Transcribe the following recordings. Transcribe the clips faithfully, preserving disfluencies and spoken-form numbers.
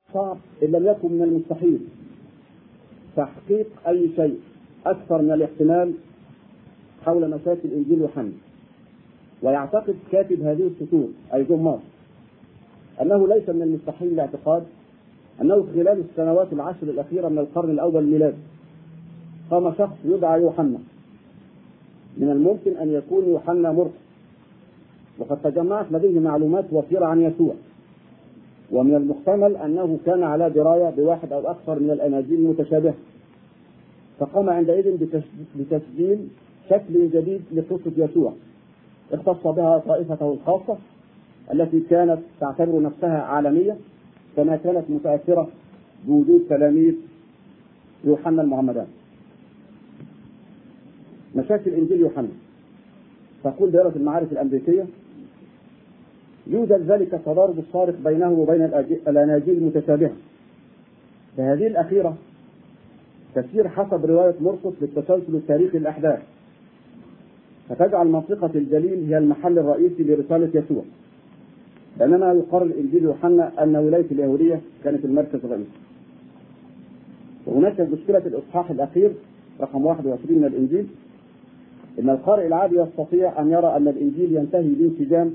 صعب إن لم يكن من المستحيل تحقيق أي شيء أكثر من الاحتمال حول مشاكل إنجيل يوحنا. ويعتقد كاتب هذه السطور أي جون مارك أنه ليس من المستحيل الاعتقاد أنه خلال السنوات العشر الأخيرة من القرن الأول الميلادي قام شخص يدعى يوحنا، من الممكن أن يكون يوحنا مرقس، وقد تجمعت لديه معلومات وفيرة عن يسوع، ومن المحتمل أنه كان على دراية بواحد أو أكثر من الأناجيل المتشابهة، فقام عندئذ بتسجيل شكل جديد لقصة يسوع اختص بها طائفته الخاصة التي كانت تعتبر نفسها عالمية، كما كانت متأثرة بوجود تلاميذ يوحنا المعمدان. مشاكل إنجيل يوحنا. تقول دائرة المعارف الأمريكية: يوجد ذلك التضارب الصارخ بينه وبين الأناجيل المتشابهة، فهذه الأخيرة تسير حسب رواية مرقس للتسلسل التاريخي للأحداث، فتجعل منطقة الجليل هي المحل الرئيسي لرسالة يسوع، بينما يقرر إنجيل يوحنا أن ولاية اليهودية كانت المركز الرئيسي. وهناك مشكلة الإصحاح الأخير رقم واحد وعشرين من الإنجيل، إن القارئ العادي يستطيع أن يرى أن الإنجيل ينتهي بانسجام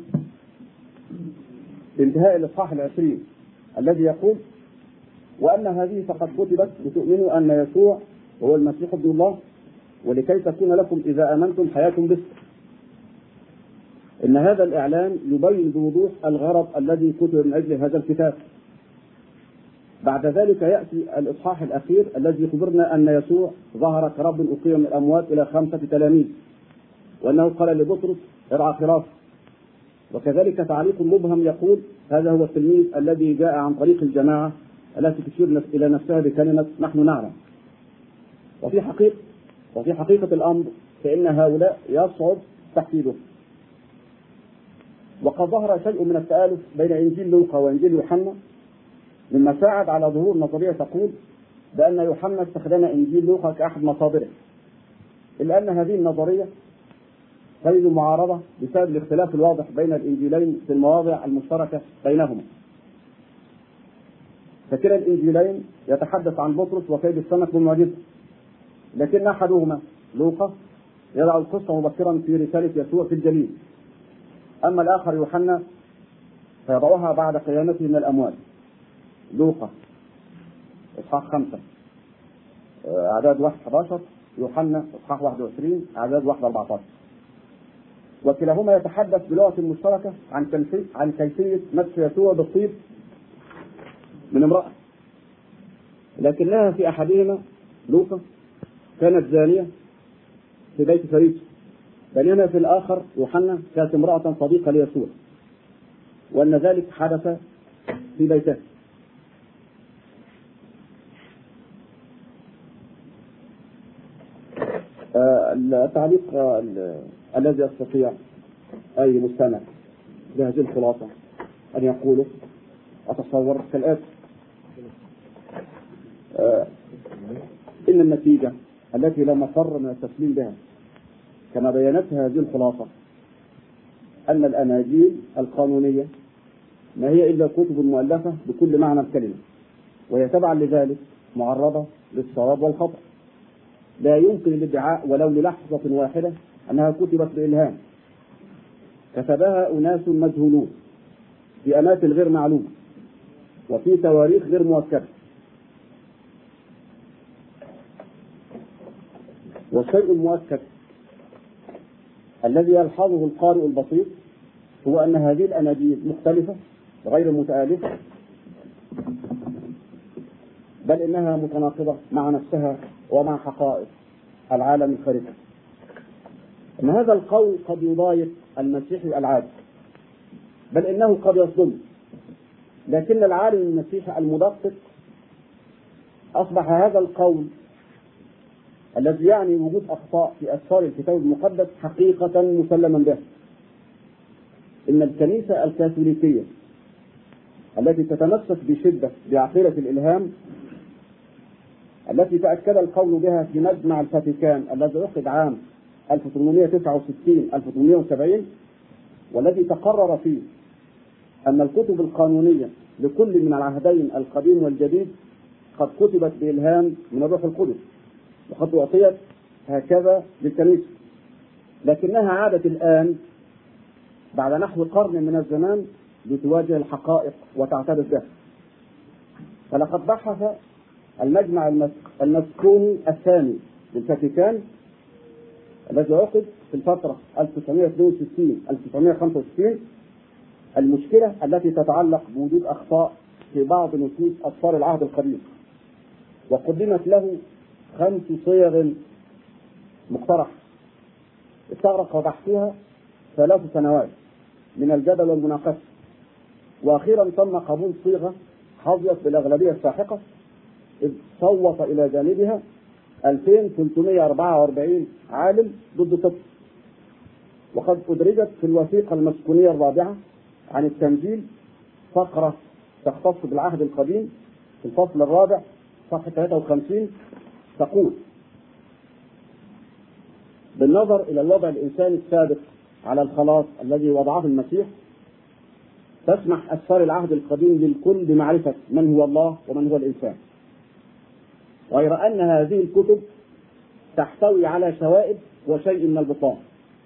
بانتهاء الإصحاح العشرين الذي يقول: وأن هذه فقد كتبت لتؤمنوا أن يسوع هو المسيح ابن الله، ولكي تكون لكم إذا آمنتم حياة باسمه. إن هذا الإعلان يبين بوضوح الغرض الذي كتب من أجل هذا الكتاب. بعد ذلك يأتي الإصحاح الأخير الذي يخبرنا أن يسوع ظهر كرب أقيم من الأموات إلى خمسة تلاميذ، وأنه قال لبطرس: ارعى خرافي. وكذلك تعليق مبهم يقول: هذا هو التلميذ الذي جاء عن طريق الجماعة التي تشير إلى نفسها بكلمة نحن نعلم. وفي حقيقة وفي حقيقة الأمر فإن هؤلاء يصعب تحديدهم. وقد ظهر شيء من التآلف بين إنجيل لوقا وإنجيل يوحنا، مما ساعد على ظهور نظرية تقول بأن يوحنا استخدم إنجيل لوقا كأحد مصادره، إلا أن هذه النظرية تجد معارضة بسبب الاختلاف الواضح بين الإنجيلين في المواضع المشتركة بينهما. فكلا الإنجيلين يتحدث عن بطرس وكيد السمك بالمعجزة، لكن أحدهما لوقا يضع القصة مبكرا في رسالة يسوع في الجليل، أما الآخر يوحنا فيضعها بعد قيامته من الأموات. لوقا إصحاح خمسة أعداد واحد أحد عشر، يوحنا إصحاح واحد وعشرين أعداد واحد أربعة عشر، وكلاهما يتحدث بلغة مشتركة عن كيفية عن كيفية مسح يسوع بالطيب من امرأة، لكنها في أحدهما لوقا كانت زانية في بيت فريسة، بينما في الآخر يوحنا كانت امرأة صديقة ليسوع، وأن ذلك حدث في بيته. التعليق الذي يستطيع أي مستمع بهذه الخلاصة أن يقوله أتصور كالآتي: إن النتيجة التي لا مفر من التسليم بها كما بينتها هذه الخلاصة أن الأناجيل القانونية ما هي إلا كتب مؤلفة بكل معنى الكلمة، وهي تبعا لذلك معرضة للصواب والخطأ. لا يمكن الادعاء ولو للحظة واحدة أنها كتبت بإلهام، كتبها أناس مجهولون في أماكن غير معلومة وفي تواريخ غير مؤكدة. والشيء المؤكد الذي يلحظه القارئ البسيط هو أن هذه الأناجيل مختلفة غير متآلفة، بل إنها متناقضة مع نفسها ومع حقائق العالم الخارجي. إن هذا القول قد يضايق المسيحي العادي، بل إنه قد يصدم، لكن العالم المسيحي المدقق أصبح هذا القول الذي يعني وجود أخطاء في أسفار الكتاب المقدس حقيقة مسلما به. إن الكنيسة الكاثوليكية التي تتمسك بشدة بعقيدة الإلهام التي تأكد القول بها في مجمع الفاتيكان الذي عقد عام ألف وثمانمائة وتسعة وستين ألف وثمانمائة وسبعين، والذي تقرر فيه أن الكتب القانونية لكل من العهدين القديم والجديد قد كتبت بإلهام من الروح القدس، وقد أعطيت هكذا للكنيسة، لكنها عادت الآن بعد نحو قرن من الزمان لتواجه الحقائق وتعترف بها. فلقد بحث المجمع المسكوني الثاني للفاتيكان الذي عقد في الفترة ألف وتسعمائة واثنين وستين ألف وتسعمائة وخمسة وستين المشكلة التي تتعلق بوجود أخطاء في بعض نصوص أسفار العهد القديم، وقدمت له خمس صيغ مقترحة استغرق بحثها ثلاث سنوات من الجدل والمناقشة، وأخيرا تم قبول صيغة حظيت بالأغلبية الساحقة، إذ صوت إلى جانبها ألفين وثلاثمائة وأربعة وأربعين عالم ضد طفل. وقد أدرجت في الوثيقة المسكونية الرابعة عن التنجيل فقرة تختص بالعهد القديم في الفصل الرابع صفحة ثلاثة وخمسين تقول: بالنظر إلى الوضع الإنساني السابق على الخلاص الذي وضعه المسيح، تسمح أسفار العهد القديم للكل بمعرفة من هو الله ومن هو الإنسان، غير أن هذه الكتب تحتوي على شوائب وشيء من البطلان.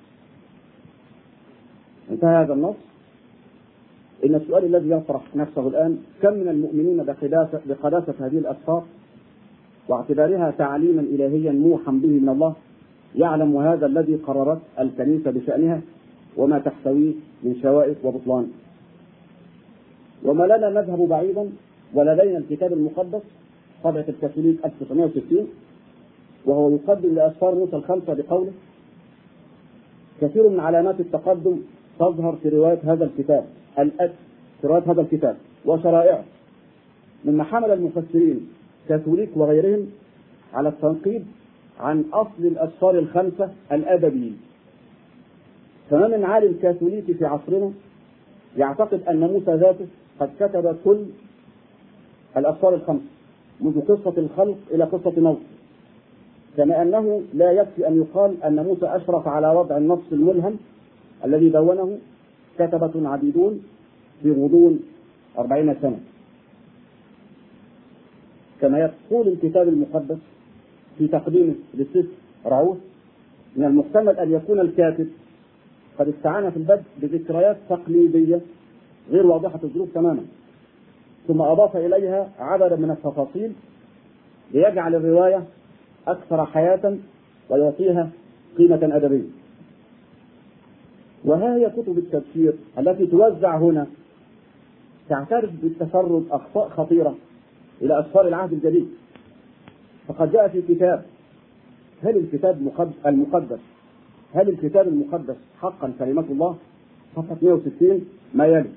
انتهى هذا النص. إن السؤال الذي يطرح نفسه الآن: كم من المؤمنين بقداسة, بقداسة هذه الأسفار واعتبارها تعليما إلهيا موحى به من الله يعلم هذا الذي قررت الكنيسة بشأنها وما تحتويه من شوائب وبطلان؟ وما لنا نذهب بعيدا ولدينا الكتاب المقدس طبعة الكاثوليك ألف وتسعمائة وستين، وهو يقدم لأسفار موسى الخمسة بقوله: كثير من علامات التقدم تظهر في رواية هذا الكتاب الأد في رواية هذا الكتاب وشرائعه، مما حمل المفسرين كاثوليك وغيرهم على التنقيب عن أصل الأسفار الخمسة الأدبيين. فما من عالم كاثوليكي في عصرنا يعتقد أن موسى ذاته قد كتب كل الأسفار الخمسة منذ قصة الخلق إلى قصة موت، كما أنه لا يكفي أن يقال أن موسى أشرف على وضع النص الملهم الذي دونه كتبة عديدون في غضون أربعين سنة. كما يقول الكتاب المقدس في تقديمه للسفر رعوث: من المحتمل أن يكون الكاتب قد استعان في البدء بذكريات تقليدية غير واضحة الظروف تماما، ثم أضاف إليها عددا من التفاصيل ليجعل الرواية أكثر حياة ويعطيها قيمة أدبية. وها هي كتب التفسير التي توزع هنا تعترف بالتسرب أخطاء خطيرة إلى أسفار العهد الجديد. فقد جاء في كتاب هل الكتاب المقدس هل الكتاب المقدس حقا كلمة الله؟ صفحة مئة وستين ما يلي: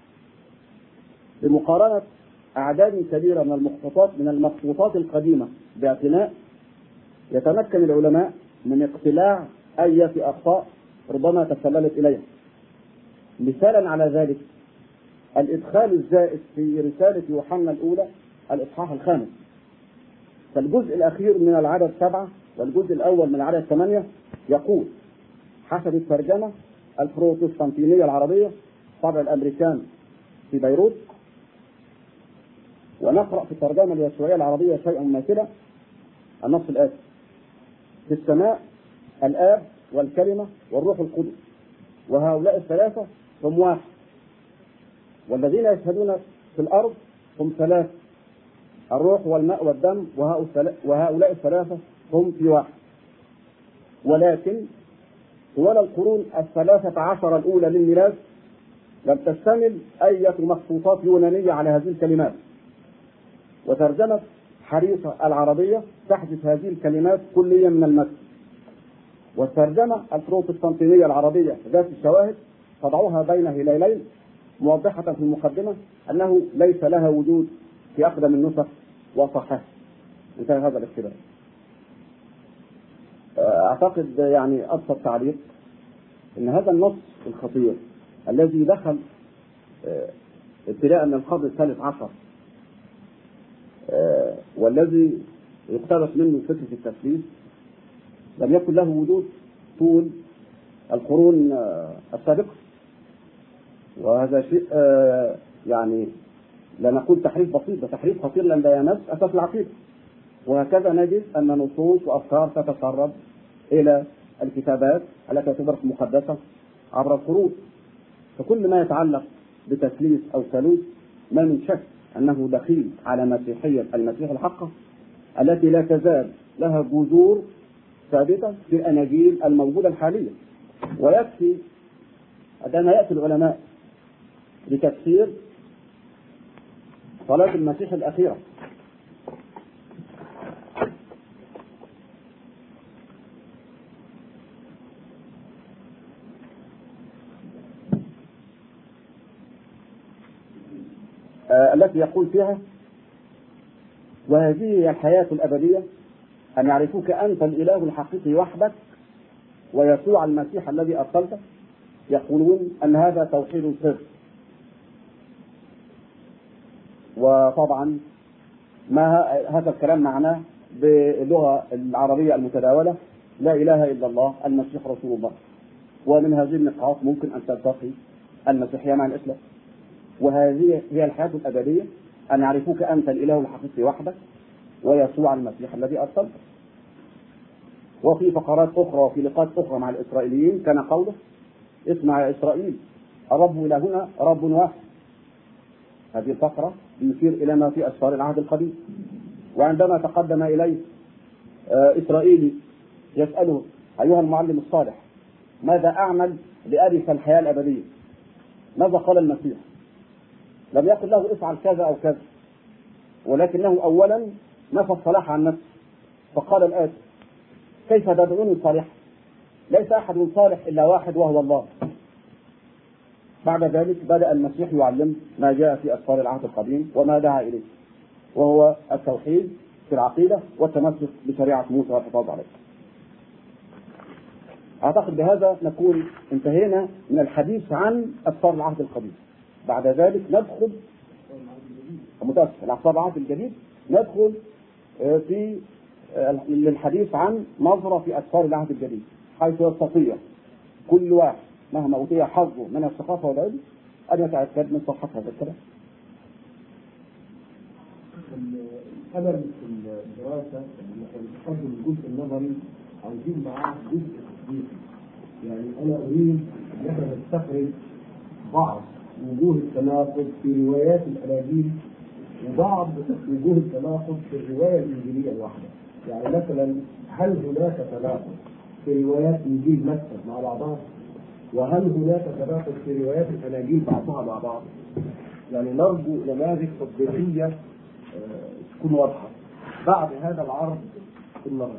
بمقارنة أعداد كبيرة من المخطوطات من المخطوطات القديمة باعتناء، يتمكن العلماء من اقتلاع أي أخطاء ربما تسللت إليها. مثالا على ذلك الإدخال الزائد في رسالة يوحنا الأولى الإصحاح الخامس، فالجزء الأخير من العدد سبعة والجزء الأول من العدد ثمانية يقول حسب الترجمة البروتستانتينية العربية طبع الأمريكان في بيروت، ونقرأ في الترجمة اليسوعية العربية شيئا مماثلا النص الآتي: في السماء الآب والكلمة والروح القدس، وهؤلاء الثلاثة هم واحد، والذين يشهدون في الأرض هم ثلاثة، الروح والماء والدم، وهؤلاء الثلاثة هم في واحد. ولكن طوال القرون الثلاثة عشر الأولى للميلاد لم تشتمل أي مخطوطات يونانية على هذه الكلمات، وترجمة حريصة العربية تحذف هذه الكلمات كليا من المتن، والترجمة البروتستانتينية العربية ذات الشواهد تضعها بين هلالين موضحة في المقدمة أنه ليس لها وجود في أقدم النسخ وصحها. انتهى هذا الاختلاف. أعتقد يعني أبسط تعليق أن هذا النص الخطير الذي دخل ابتداء من القرن الثالث عشر والذي يقتبس منه فكرة التثليث لم يكن له وجود طول القرون السابقة، وهذا شيء يعني لا نقول تحريف بسيط، ده تحريف خطير لأن ده يمس أساس العقيدة. وهكذا نجد أن نصوص وأفكار تتسرب إلى الكتابات التي تعتبر مقدسة عبر القرون. فكل ما يتعلق بتثليث أو ثالوث ما من شك أنه دخيل على مسيحية المسيح الحقة التي لا تزال لها جذور ثابتة في الأناجيل الموجودة الحالية. ويكفي عندما يأتي العلماء لتفسير صلاة المسيح الأخيرة آه التي يقول فيها: وهذه هي الحياة الأبدية أن يعرفوك أنت الإله الحقيقي وحدك ويسوع المسيح الذي أرسلته. يقولون أن هذا توحيد سر. وطبعا ما هذا الكلام معناه باللغة العربية المتداولة: لا إله إلا الله، المسيح رسول الله. ومن هذه النقاط ممكن أن تلتقي المسيحية مع الإسلام. وهذه هي الحياة الأبدية أن يعرفوك أنت الإله الحقيقي وحدك ويسوع المسيح الذي أرسلته. وفي فقرات أخرى وفي لقاءات أخرى مع الإسرائيليين كان قوله: اسمع يا إسرائيل، الرب إلهنا رب واحد. هذه الفقرة يشير إلى ما في أسفار العهد القديم. وعندما تقدم إليه إسرائيلي يسأله: أيها المعلم الصالح، ماذا أعمل لأرث الحياة الأبدية؟ ماذا قال المسيح؟ لم يقل له افعل كذا أو كذا، ولكنه أولا نفى الصلاح عن نفسه فقال الآتي: كيف تدعوني صالحا؟ ليس أحد صالح إلا واحد وهو الله. بعد ذلك بدأ المسيح يعلم ما جاء في أسفار العهد القديم وما دعا إليه، وهو التوحيد في العقيدة والتمسك بشريعة موسى والحفاظ عليه. أعتقد بهذا نكون انتهينا من الحديث عن أسفار العهد القديم. بعد ذلك ندخل متأسف الأسفار العهد الجديد، ندخل في للحديث عن نظرة في أسفار العهد الجديد، حيث يستطيع كل واحد مهما أوتي حظه من الثقافة والعلم أن يتأكد من صحة هذا الكلام. الأمل في الدراسة أن نقدم الجزء النظري عايزين معاه جزء تطبيقي. يعني أنا أريد أن احنا نستخرج بعض وجوه التناقض في روايات الأناجيل وبعض وجوه التناقض في الرواية الإنجيلية الواحدة. يعني مثلا هل هناك تناقض في روايات إنجيل متى مع بعضها؟ وهل هناك تناقض في روايات الأناجيل بعضها مع بعض؟ يعني نرجو نماذج تطبيقية أه تكون واضحة بعد هذا العرض النظري.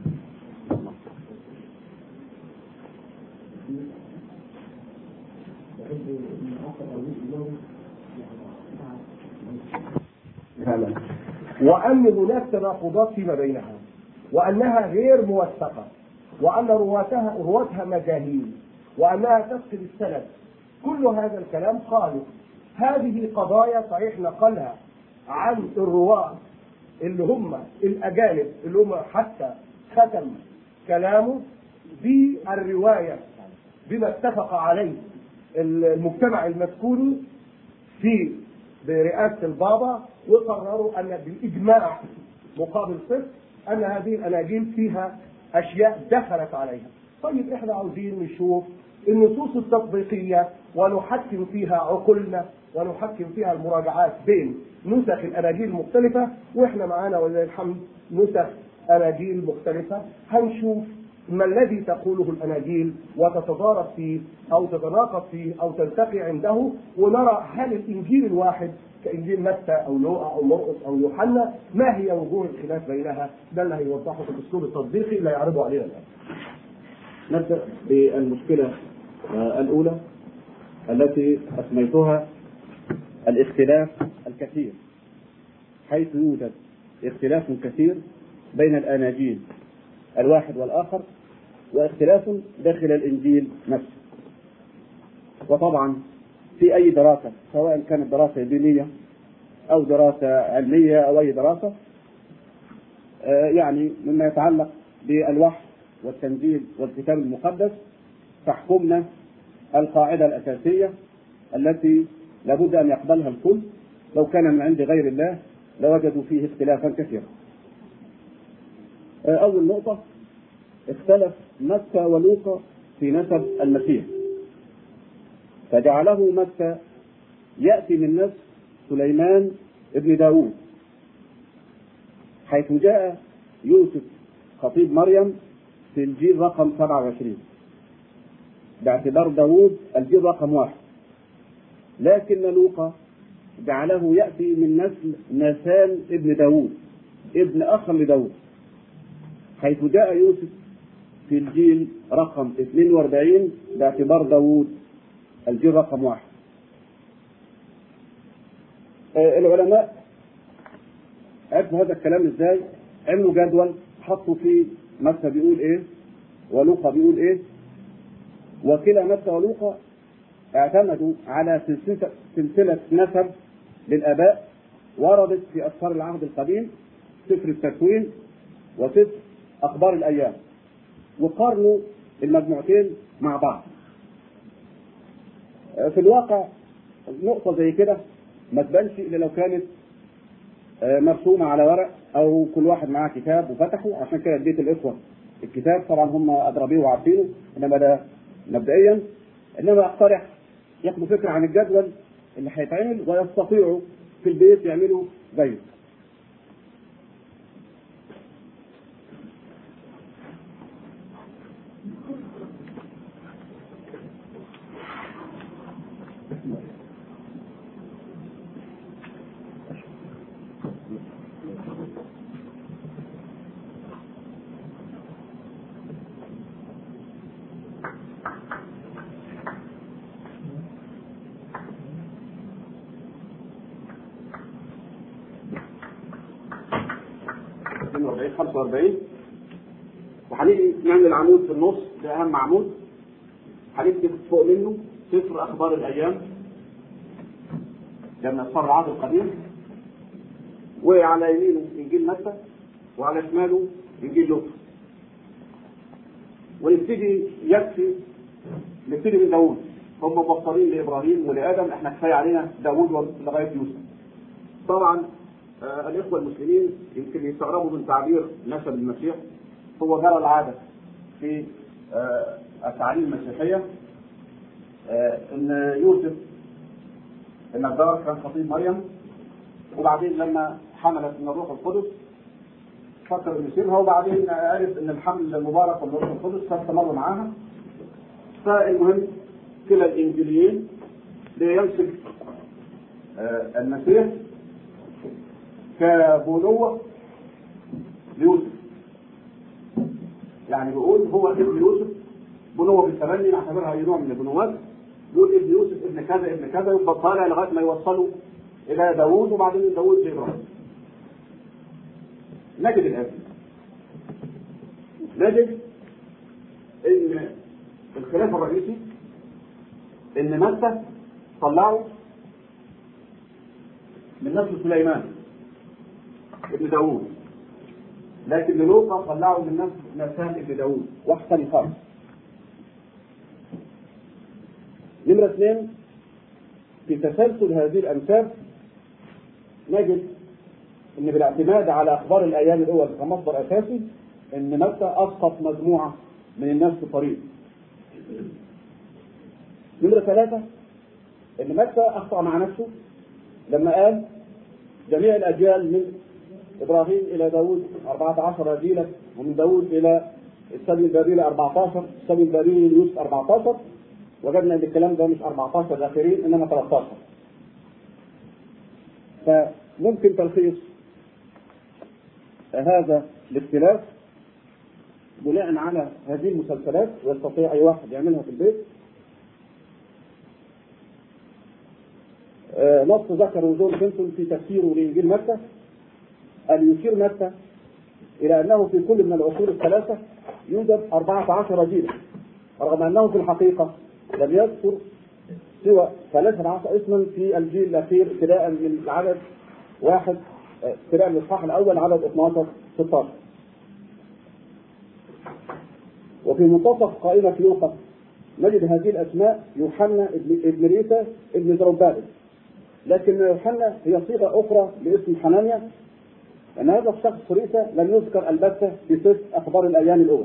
وأن هناك تناقضات فيما بينها، وأنها غير موثقة، وأن رواتها رواتها مجاهيل، وأنها تفقد السند. كل هذا الكلام خالص. هذه قضايا صحيح نقلها عن الرواة اللي هم الأجانب اللي هم حتى ختم كلامه بالرواية بما اتفق عليه المجتمع المسكوني في برئاسة البابا، وقرروا أن بالإجماع مقابل صفر أن هذه الأناجيل فيها أشياء دخلت عليها. طيب إحنا عاوزين نشوف النصوص التطبيقية ونحكم فيها عقولنا ونحكم فيها المراجعات بين نسخ الأناجيل المختلفة، وإحنا معانا ولله الحمد نسخ أناجيل مختلفة. هنشوف ما الذي تقوله الأناجيل وتتضارب فيه أو تتناقض فيه أو تلتقي عنده، ونرى هل الإنجيل الواحد كإنجيل متى أو لوقا أو مرقس أو يوحنا ما هي وجوه الخلاف بينها. ده اللي هيوضحه في الأسلوب التطبيقي اللي يعرضه علينا الآن. نبدأ بالمشكلة الأولى التي أسميتها الاختلاف الكثير، حيث يوجد اختلاف كثير بين الأناجيل الواحد والآخر، واختلاف داخل الإنجيل نفسه. وطبعا في أي دراسة سواء كانت دراسة دينية أو دراسة علمية أو أي دراسة يعني مما يتعلق بالوحي والتنزيل والكتاب المقدس، تحكمنا القاعدة الأساسية التي لابد أن يقبلها الكل، لو كان من عند غير الله لوجدوا فيه اختلافا كثيرا. أول نقطة، اختلف متى ولوقا في نسب المسيح، فجعله متى يأتي من نسل سليمان ابن داود، حيث جاء يوسف خطيب مريم في الجيل رقم سبعة وعشرين، باعتبار داود الجيل رقم واحد. لكن لوقا جعله يأتي من نسل ناسان ابن داود، ابن أخ لداود، حيث جاء يوسف في الجيل رقم اثنين وأربعين باعتبار داود الجيل رقم واحد. العلماء عرفوا هذا الكلام ازاي؟ عملوا جدول حطوا فيه متى بيقول ايه ولوقا بيقول ايه، وكلا متى ولوقا اعتمدوا على سلسلة, سلسلة نسب للآباء وردت في أسفار العهد القديم، سفر التكوين وسفر أخبار الأيام، وقارنوا المجموعتين مع بعض. في الواقع نقطة زي كده ما تبانش إلا لو كانت مرسومة على ورق أو كل واحد معاه كتاب وفتحه، عشان كده اديت الإخوة الكتاب، طبعا هم أدرى بيه وعارفينه، إنما ده مبدئيا. إنما أقترح ياخدوا فكرة عن الجدول اللي هيتعمل ويستطيعوا في البيت يعملوا زيه. خمسة وأربعين، وهنيجي نعمل العمود في النص، ده أهم عمود، هنكتب فوق منه سفر أخبار الأيام ده من أسفار العهد القديم، وعلى يمينه إنجيل متى وعلى شماله إنجيل لوقا. ونبتدي يكفي نبتدي من داوود، هم مبصرين لإبراهيم ولآدم، احنا كفاية علينا داوود لغاية يوسف. طبعا آه الإخوة المسلمين يمكن يستغربوا من تعبير نسب المسيح، هو جرى العادة في آه التعاليم المسيحية آه إن يوسف النجار كان خطيب مريم، وبعدين لما حملت من الروح القدس فكر إنه يسيبها، وبعدين عرف إن الحمل المبارك من الروح القدس فاستمر معاها. فالمهم كلا الإنجيليين ليمسك آه المسيح كبنوة ليوسف، يعني بيقول هو ابن يوسف، بنوة بالتبني نعتبرها أي نوع من البنوات، بيقول ابن يوسف ابن كذا ابن كذا، يبقى طالع لغاية ما يوصلوا إلى داوود، وبعدين داوود لإبراهيم. نجد الآن نجد إن الخلاف الرئيسي إن متى طلعوا من نسل سليمان ابن داوود، لكن لوقا طلعوا من نسل ناسان ابن داوود، واحد ثاني خالص. نمرة اثنين، في تسلسل هذه الأنساب نجد إن بالاعتماد على أخبار الأيام الأول كمصدر أساسي إن متى أسقط مجموعة من الناس في طريق. نمرة ثلاثة، إن متى أخطأ مع نفسه لما قال جميع الأجيال من إبراهيم إلى داود أربعة عشر جيلا، ومن داود إلى السبي البابلي أربعة عشر، السبي البابلي ليوسف أربعة عشر. وجدنا إن الكلام ده مش أربعة عشر الأخيرين إنما ثلاثة عشر. فممكن تلخيص هذا الاختلاف بناء على هذه المسلسلات، ويستطيع أي واحد يعملها في البيت. نص ذكره جون بنسون في تفسيره لإنجيل متى، أن يشير متى إلى أنه في كل من العصور الثلاثة يوجد أربعة عشر جيلا، رغم أنه في الحقيقة لم يذكر سوى ثلاثة عشر اسما في الجيل الأخير، ابتداء من العدد واحد، ابتداء من الإصحاح الأول عدد اثني عشر ستة عشر. وفي منتصف قائمة لوقا نجد هذه الأسماء: يوحنا ابن ابن ريتا ابن زربابل، لكن يوحنا هي صيغة أخرى لاسم حنانيا، أن هذا الشخص ريسا لم يذكر البتة في سفر أخبار الأيام الأول،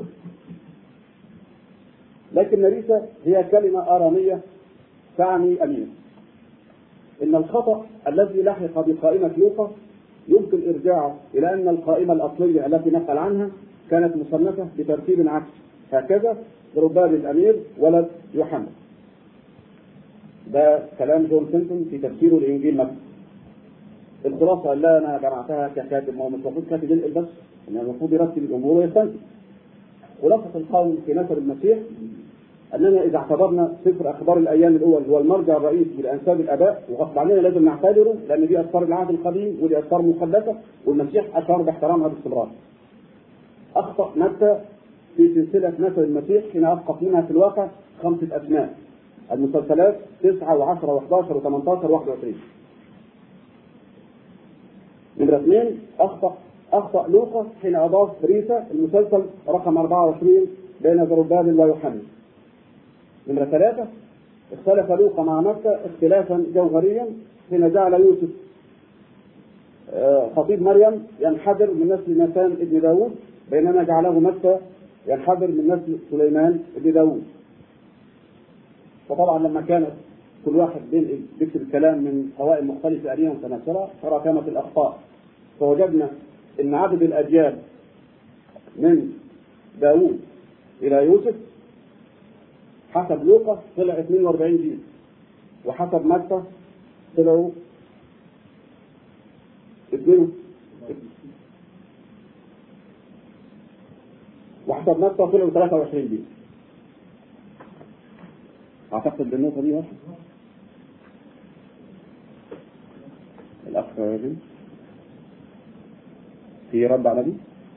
لكن ريسا هي كلمة آرامية تعني أمين. إن الخطأ الذي لحق بقائمة لوقا يمكن إرجاعه إلى أن القائمة الأصلية التي نقل عنها كانت مصنفة بترتيب عكسي، هكذا زربابل الأمير ولد يوحنا. ده كلام جون سينتون في تفسيره لإنجيل متى. الخلاصة اللي أنا جمعتها ككاتب، ما هو مش المفروض كاتب ينقل بس، إنه المفروض يرتب الأمور ويستنتج. خلاصة القول في نسب المسيح أننا إذا اعتبرنا سفر أخبار الأيام الأول هو المرجع الرئيسي لأنساب الآباء، وغصب عننا لازم نعتبره لأن دي أسفار العهد القديم ودي أسفار مقدسة، والمسيح أشار باحترامها باستمرار. أخطأ متى في سلسلة نسب المسيح حين أسقط منها في الواقع خمسة أسماء، المسلسلات تسعة وعشرة وأحداشر وثمانية عشر وواحد وعشرين. نمرة اثنين، أخطأ أخطأ لوقا حين أضاف ريسا المسلسل رقم أربعة وعشرين بين زربابل ويوحنا. نمرة ثلاثة، اختلف لوقا مع متى اختلافا جوهريا حين جعل يوسف خطيب مريم ينحدر من نسل ناتان ابن داود، بينما جعله متى ينحدر من نسل سليمان ابن داود. وطبعا لما كانت كل واحد بيكتب الكلام من قوائم مختلفة آلية متناثرة تراكمت الأخطاء، فوجدنا أن عدد الأجيال من داود إلى يوسف حسب لوقا طلع اثنين وأربعين جيل، وحسب متى طلعوا اثنين، وحسب متى طلعوا ثلاثة وعشرين جيل. أعتقد بالنقطة دي واحد الأخ في رد على دي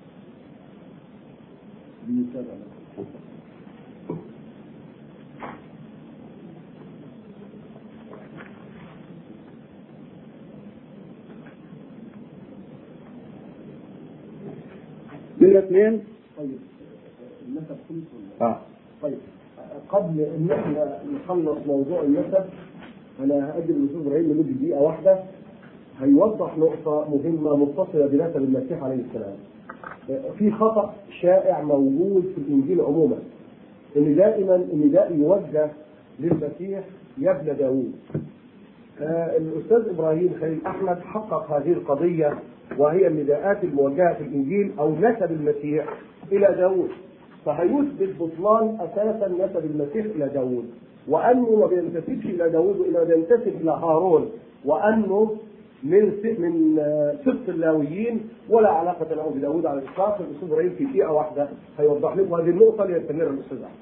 من الاثنين. طيب النسب كله اه طيب قبل ان احنا نخلص موضوع النسب انا هاجل الاستاذ ابراهيم لمده دقيقه واحده هيوضح نقطه مهمه متصله بنسب المسيح عليه السلام. في خطا شائع موجود في الانجيل عموما ان دائما النداء يوجه للمسيح يا ابن داوود. آه الاستاذ ابراهيم خليل احمد حقق هذه القضيه، وهي النداءات الموجهه في الانجيل او نسب المسيح الى داوود، فهيثبت بطلان اساسا نسب المسيح الى داوود، وانه ما بينتسبش الى داوود وانما بينتسب الى هارون، وانه من من سبط اللاويين ولا علاقه له بداوود على الاطلاق. الاستاذ ابراهيم في دقيقه واحده هيوضح لكم هذه النقطه ليستمر الاستاذ احمد.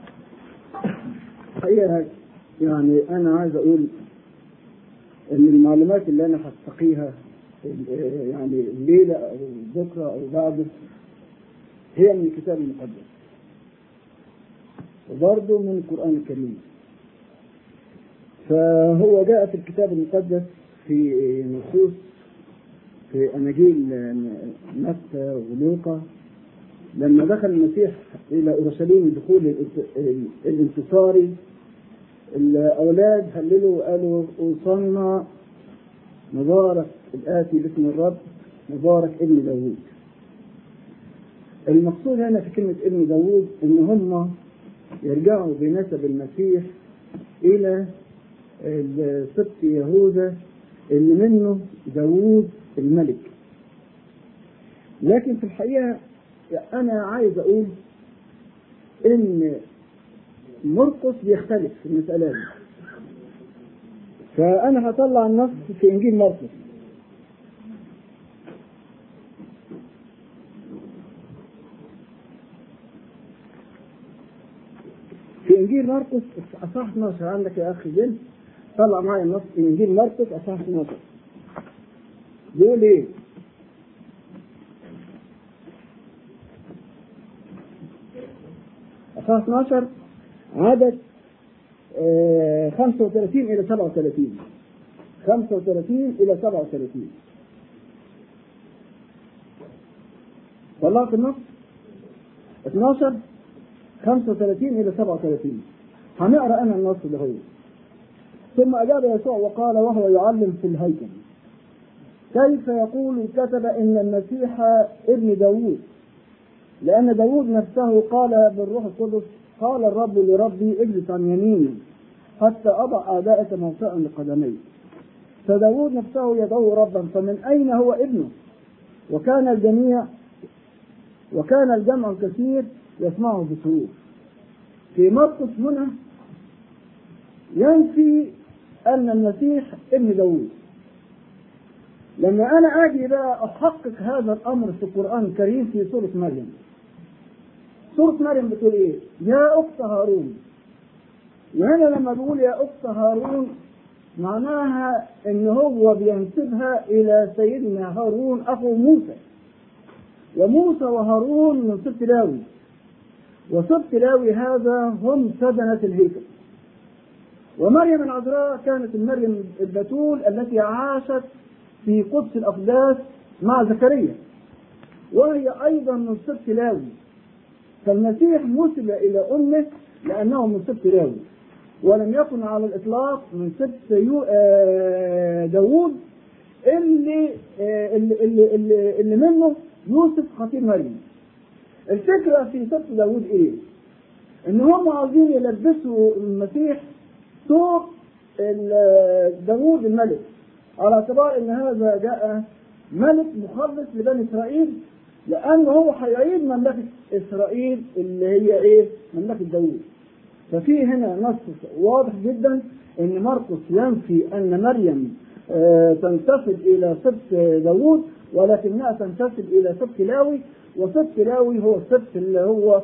حقيقة يعني أنا عايز أقول إن المعلومات اللي أنا هستقيها يعني الليلة أو بكرة أو بعده هي من الكتاب المقدس وبرضه من القرآن الكريم. فهو جاء في الكتاب المقدس في نصوص في أناجيل متى ولوقا لما دخل المسيح إلى أورشليم الدخول الانتصاري، الأولاد هللوا وقالوا أوصلنا مبارك الآتي باسم الرب مبارك ابن داوود. المقصود هنا في كلمة ابن داوود إن هم يرجعوا بنسب المسيح إلى سبط يهوذا اللي منه داوود الملك. لكن في الحقيقة أنا عايز أقول إن مرقس بيختلف في المسألة دي، فأنا هطلع النص في إنجيل مرقس. في إنجيل مرقس أصحاح اثناشر عندك يا أخي جن، طلع معي النص في إنجيل مرقس أصحاح اثناشر. بيقول إيه؟ أصحاح اثناشر عدد آه خمسة وثلاثين إلى سبعة وثلاثين. خمسة وثلاثين إلى سبعة وثلاثين. طلعت النص اثناشر خمسة وثلاثين إلى سبعة وثلاثين. هنقرأ أنا النص ده هو. ثم أجاب يسوع وقال وهو يعلم في الهيكل: كيف يقول الكتب إن المسيح ابن داوود؟ لأن داوود نفسه قال بالروح القدس: قال الرب لربي اجلس عن يميني حتى أضع أعدائك موطئا لقدمي. فداوود نفسه يدعو ربا، فمن أين هو ابنه؟ وكان الجميع وكان الجمع الكثير يسمعه بسرور. في مرقس هنا ينفي أن المسيح ابن داوود. لما أنا أجي بقى أحقق هذا الأمر في القرآن الكريم في سورة مريم، سورة مريم بتقول إيه؟ يا أخت هارون. وهنا لما بقول يا أخت هارون معناها إن هو بينسبها إلى سيدنا هارون أخو موسى، وموسى وهارون من سبط لاوي، وسبط لاوي هذا هم سدنة الهيكل. ومريم العذراء كانت المريم البتول التي عاشت في قدس الأقداس مع زكريا، وهي أيضا من سبط لاوي. فالمسيح نسب إلى أمه لأنه من سبط لاوي، ولم يكن على الإطلاق من سبط داوود اللي, اللي, اللي, اللي, اللي منه يوسف خطيب مريم. الفكرة في سبط داوود إيه؟ إن هم عايزين يلبسوا المسيح ثوب داوود الملك، على اعتبار ان هذا جاء ملك مخلص لبني اسرائيل، لانه هو هيعيد مملكه اسرائيل اللي هي ايه؟ مملكه داوود. ففي هنا نص واضح جدا ان مرقس ينفي ان مريم آه تنتسب الى سبط داوود، ولكنها تنتسب الى سبط لاوي، وسبط لاوي هو السبط اللي هو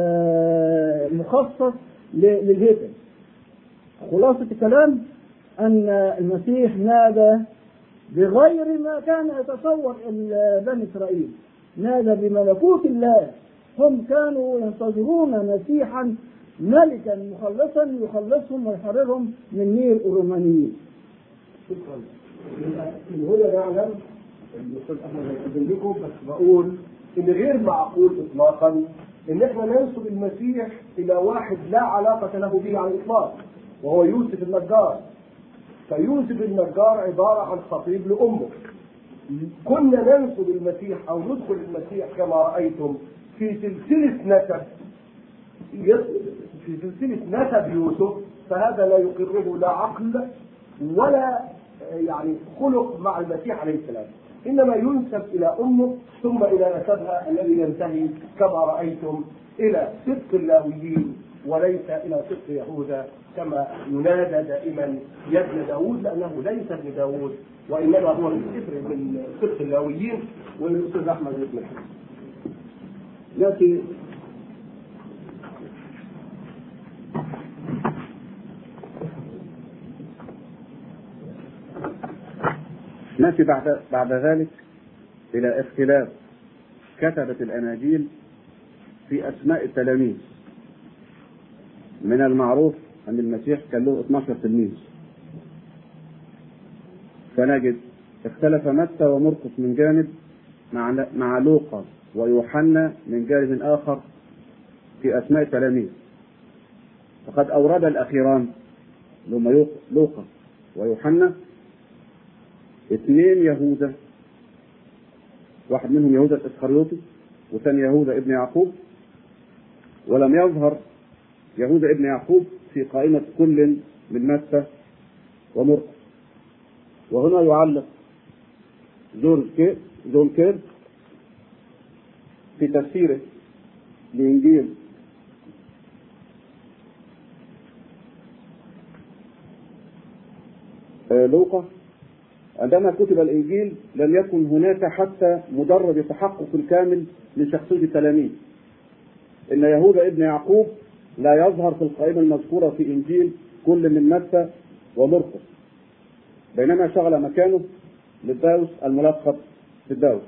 آه مخصص للهيكل. خلاصة الكلام أن المسيح نادى بغير ما كان يتصور بني إسرائيل، نادى بملكوت الله. هم كانوا ينتظرون مسيحا ملكا مخلصا يخلصهم ويحررهم من نير الرومانيين. شكرا. من هنا نعلم الأستاذ أحمد هيقدم لكم، بس بقول إن غير معقول إطلاقا إن إحنا ننسب المسيح إلى واحد لا علاقة له به على الإطلاق، وهو يوسف النجار. فيوسف النجار عبارة عن خطيب لأمه. كنا ننسب المسيح أو ندخل المسيح كما رأيتم في سلسلة نسب في سلسلة نسب يوسف، فهذا لا يقره لا عقل ولا يعني خلق مع المسيح عليه السلام، إنما ينسب إلى أمه ثم إلى نسبها الذي ينتهي كما رأيتم إلى صدق اللاويين وليس إلى صدق يهوذا كما ينادى دائما يا ابن داوود، لأنه ليس ابن داوود وإنما هو الكفر من صدق اللاويين. والأستاذ أحمد بن الحسن نأتي نأتي بعد بعد ذلك إلى اختلاف كتبة الأناجيل في أسماء التلاميذ. من المعروف أن المسيح كان له اثناشر تلميذ، فنجد اختلف متى ومرقس من جانب مع مع لوقا ويوحنا من جانب آخر في أسماء التلاميذ. فقد أورد الأخيران لما لوقا ويوحنا اثنين يهوذا، واحد منهم يهوذا الإسخريوطي وثاني يهوذا ابن يعقوب، ولم يظهر يهوذا ابن يعقوب في قائمة كل من متى ومرقس. وهنا يعلق جون كير جون كير في تفسيره لإنجيل لوقا: عندما كتب الإنجيل لم يكن هناك حتى مجرد تحقق الكامل لشخصية التلاميذ. إن يهوذا ابن يعقوب لا يظهر في القائمة المذكورة في إنجيل كل من متى ومرقس، بينما شغل مكانه للداوس الملقب بالداوس.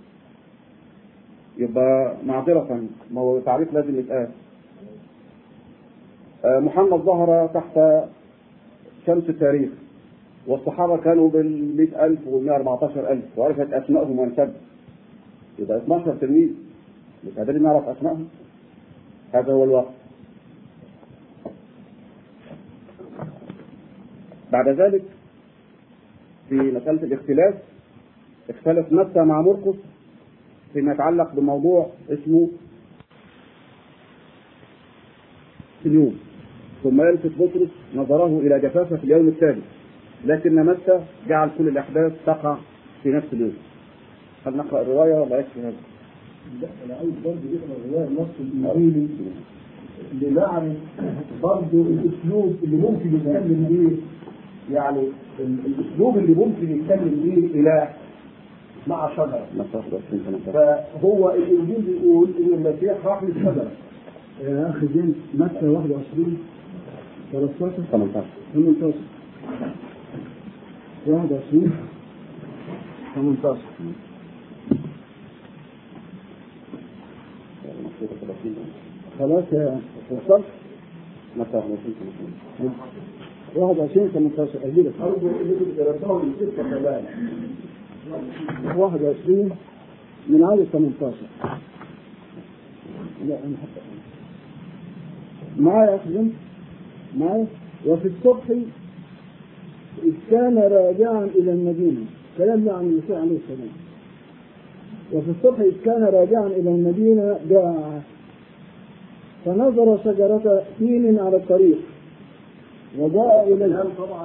يبقى معذرة، ما هو تعريف لازم يتقال. محمد ظهر تحت شمس التاريخ، والصحابة كانوا بالمئة ألف والمئة أربعتاشر ألف، وعرفت أسمائهم وانسب. يبقى اثناشر تلميذ مش قادرين نعرف أسمائهم. هذا هو الواقع. بعد ذلك في مسألة الاختلاف اختلف متى مع مرقس فيما يتعلق بموضوع اسمه اليوم، ثم يلفت بطرس نظره إلى جفافة في اليوم الثالث، لكن متى جعل كل الأحداث تقع في نفس اليوم. هل نقرأ الرواية ولا يكفي هذا؟ لا أنا عايز برضه نقرأ الرواية النص الإنجيلي لنعرف برضه الأسلوب اللي ممكن يتكلم بيه، يعني الأسلوب اللي ممكن يتكلم بيه إلى مع شجرة. فهو الإنجيل بيقول إن المسيح راح للشجرة. يا أخي جيمس متى واحد وعشرين ثلاثة عشر ثمانية عشر واحد وعشرين ثمانية عشر خلاص يا وصلت متى واحد وعشرين ثمانية عشر أجيلك أرجو إنك ترسلوا الستة كمان واحد وعشرين من عدد ثمانية عشر. لا أنا حتى معايا أخذن معايا. وفي الصبح إذ كان راجعا إلى المدينة، كلام عن المسيح عليه السلام. وفي الصبح إذ كان راجعا إلى المدينة جاع فنظر شجرة تين على الطريق وجاء إلى الهم. طبعا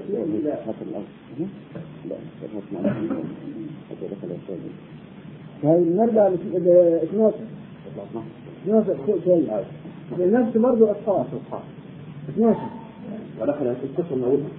نرجع ل اثناشر اثناشر فوق شوية نفس برضه أصحاب اثناشر ودخل يسوع من أولها.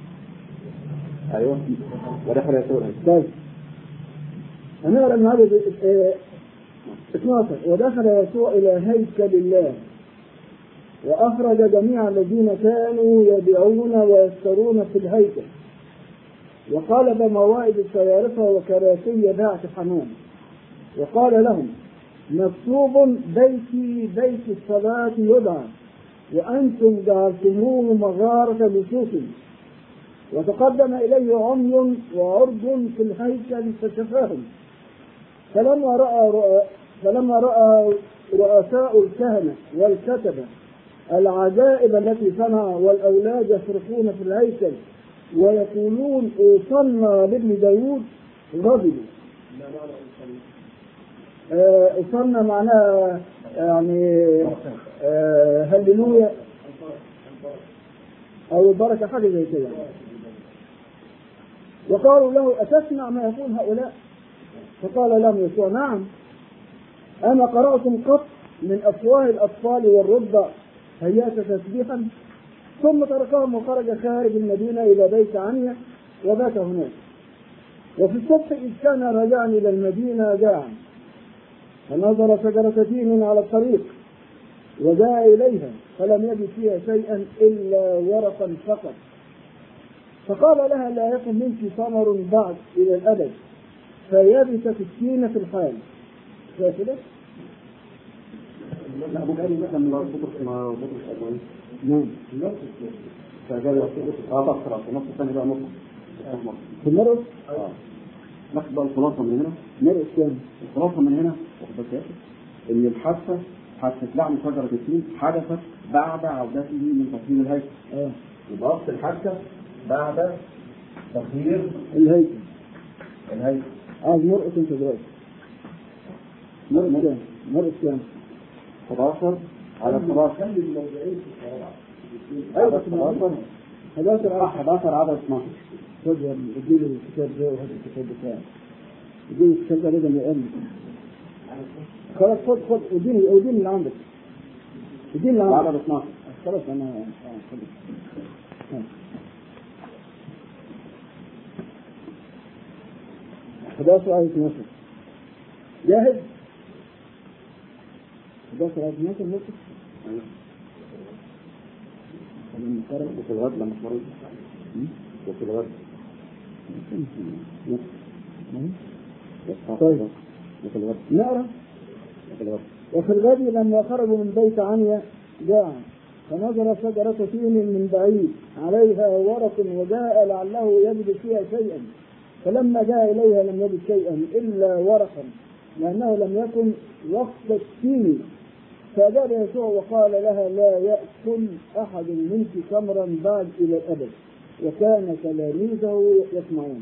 أيوه ودخل يسوع. طيب هنقرأ من هذا اثناشر. ودخل يسوع إلى هيكل الله وأخرج جميع الذين كانوا يبيعون ويشترون في الهيكل وقلب موائد الصيارفة وكراسي ذات حمام وقال لهم مكتوب بيتي بيت الصلاة يدعى وأنتم جعلتموه مغارة لصوص. وتقدم إليه عمي وعرج في الهيكل فشفاهم. فلما رأى رؤى فلما رأى رؤساء الكهنة والكتبة العجائب التي صنع والأولاد يصرخون في الهيكل ويقولون أوصلنا لابن داود غضبوا. أوصلنا معناها يعني هللويا أو البركة حاجة زي كده. وقالوا له أتسمع ما يقول هؤلاء؟ فقال لهم يسوع نعم. أما قرأتم قط من أفواه الأطفال والرضع هيات تسبيحا؟ ثم تركهم وخرج خارج المدينة إلى بيت عنيا وبات هناك. وفي الصبح إذ كان راجعا إلى المدينة جاعا فنظر شجرة تين على الطريق وجاء إليها فلم يجد فيها شيئا إلا ورقا فقط. فقال لها لا يكن منك ثمر بعد إلى الأبد فيبست التين في الحال. فاكده؟ لا أبو قال مثلا من بطرس ما بطرس أبوين. نعم. فجاء يصير آه بصرة في نص الثاني بقى نص. في المرقس؟ آه. ناخد بقى الخلاصة من هنا. مرقس كام؟ الخلاصة من هنا واخد بالك إن الحادثة حادثة لعن شجرة التين حدثت بعد عودته من تطهير الهيكل. اه. يبقى أصل الحادثة بعد تطهير الهيكل. الهيكل. اه مرقس انت دلوقتي. مرقس كام؟ مرقس كام؟ أحد عشر على خلاص خلي الموضوعين في الصراحة. أيوة أحد عشر أحد عشر عدد اثناشر. خذ اديله الكتاب ده وهذا الكتاب بتاعه. اديله الكتاب ده لازم يقل. خلاص خذ خذ اديني اديني اللي عندك. اديني اللي عندك. عدد اثناشر. خلاص أنا خلاص. أحد عشر على اثناشر. جاهز؟ أحد عشر على اثناشر ممكن؟ أيوه. لما قرأ وفي الغد لما مريض. وفي الغد. طيب. وفي الغد. نقرأ. وفي الغد. وفي الغد لما خرجوا من بيت عنيا جاع فنظر شجرة تين من بعيد عليها ورق وجاء لعله يجد فيها شيئا فلما جاء إليها لم يجد شيئا إلا ورقا لأنه لم يكن وقت التين. فأجاب يسوع وقال لها لا يأكل أحد منك تمرا بعد إلى الأبد. وكان تلاميذه يسمعون.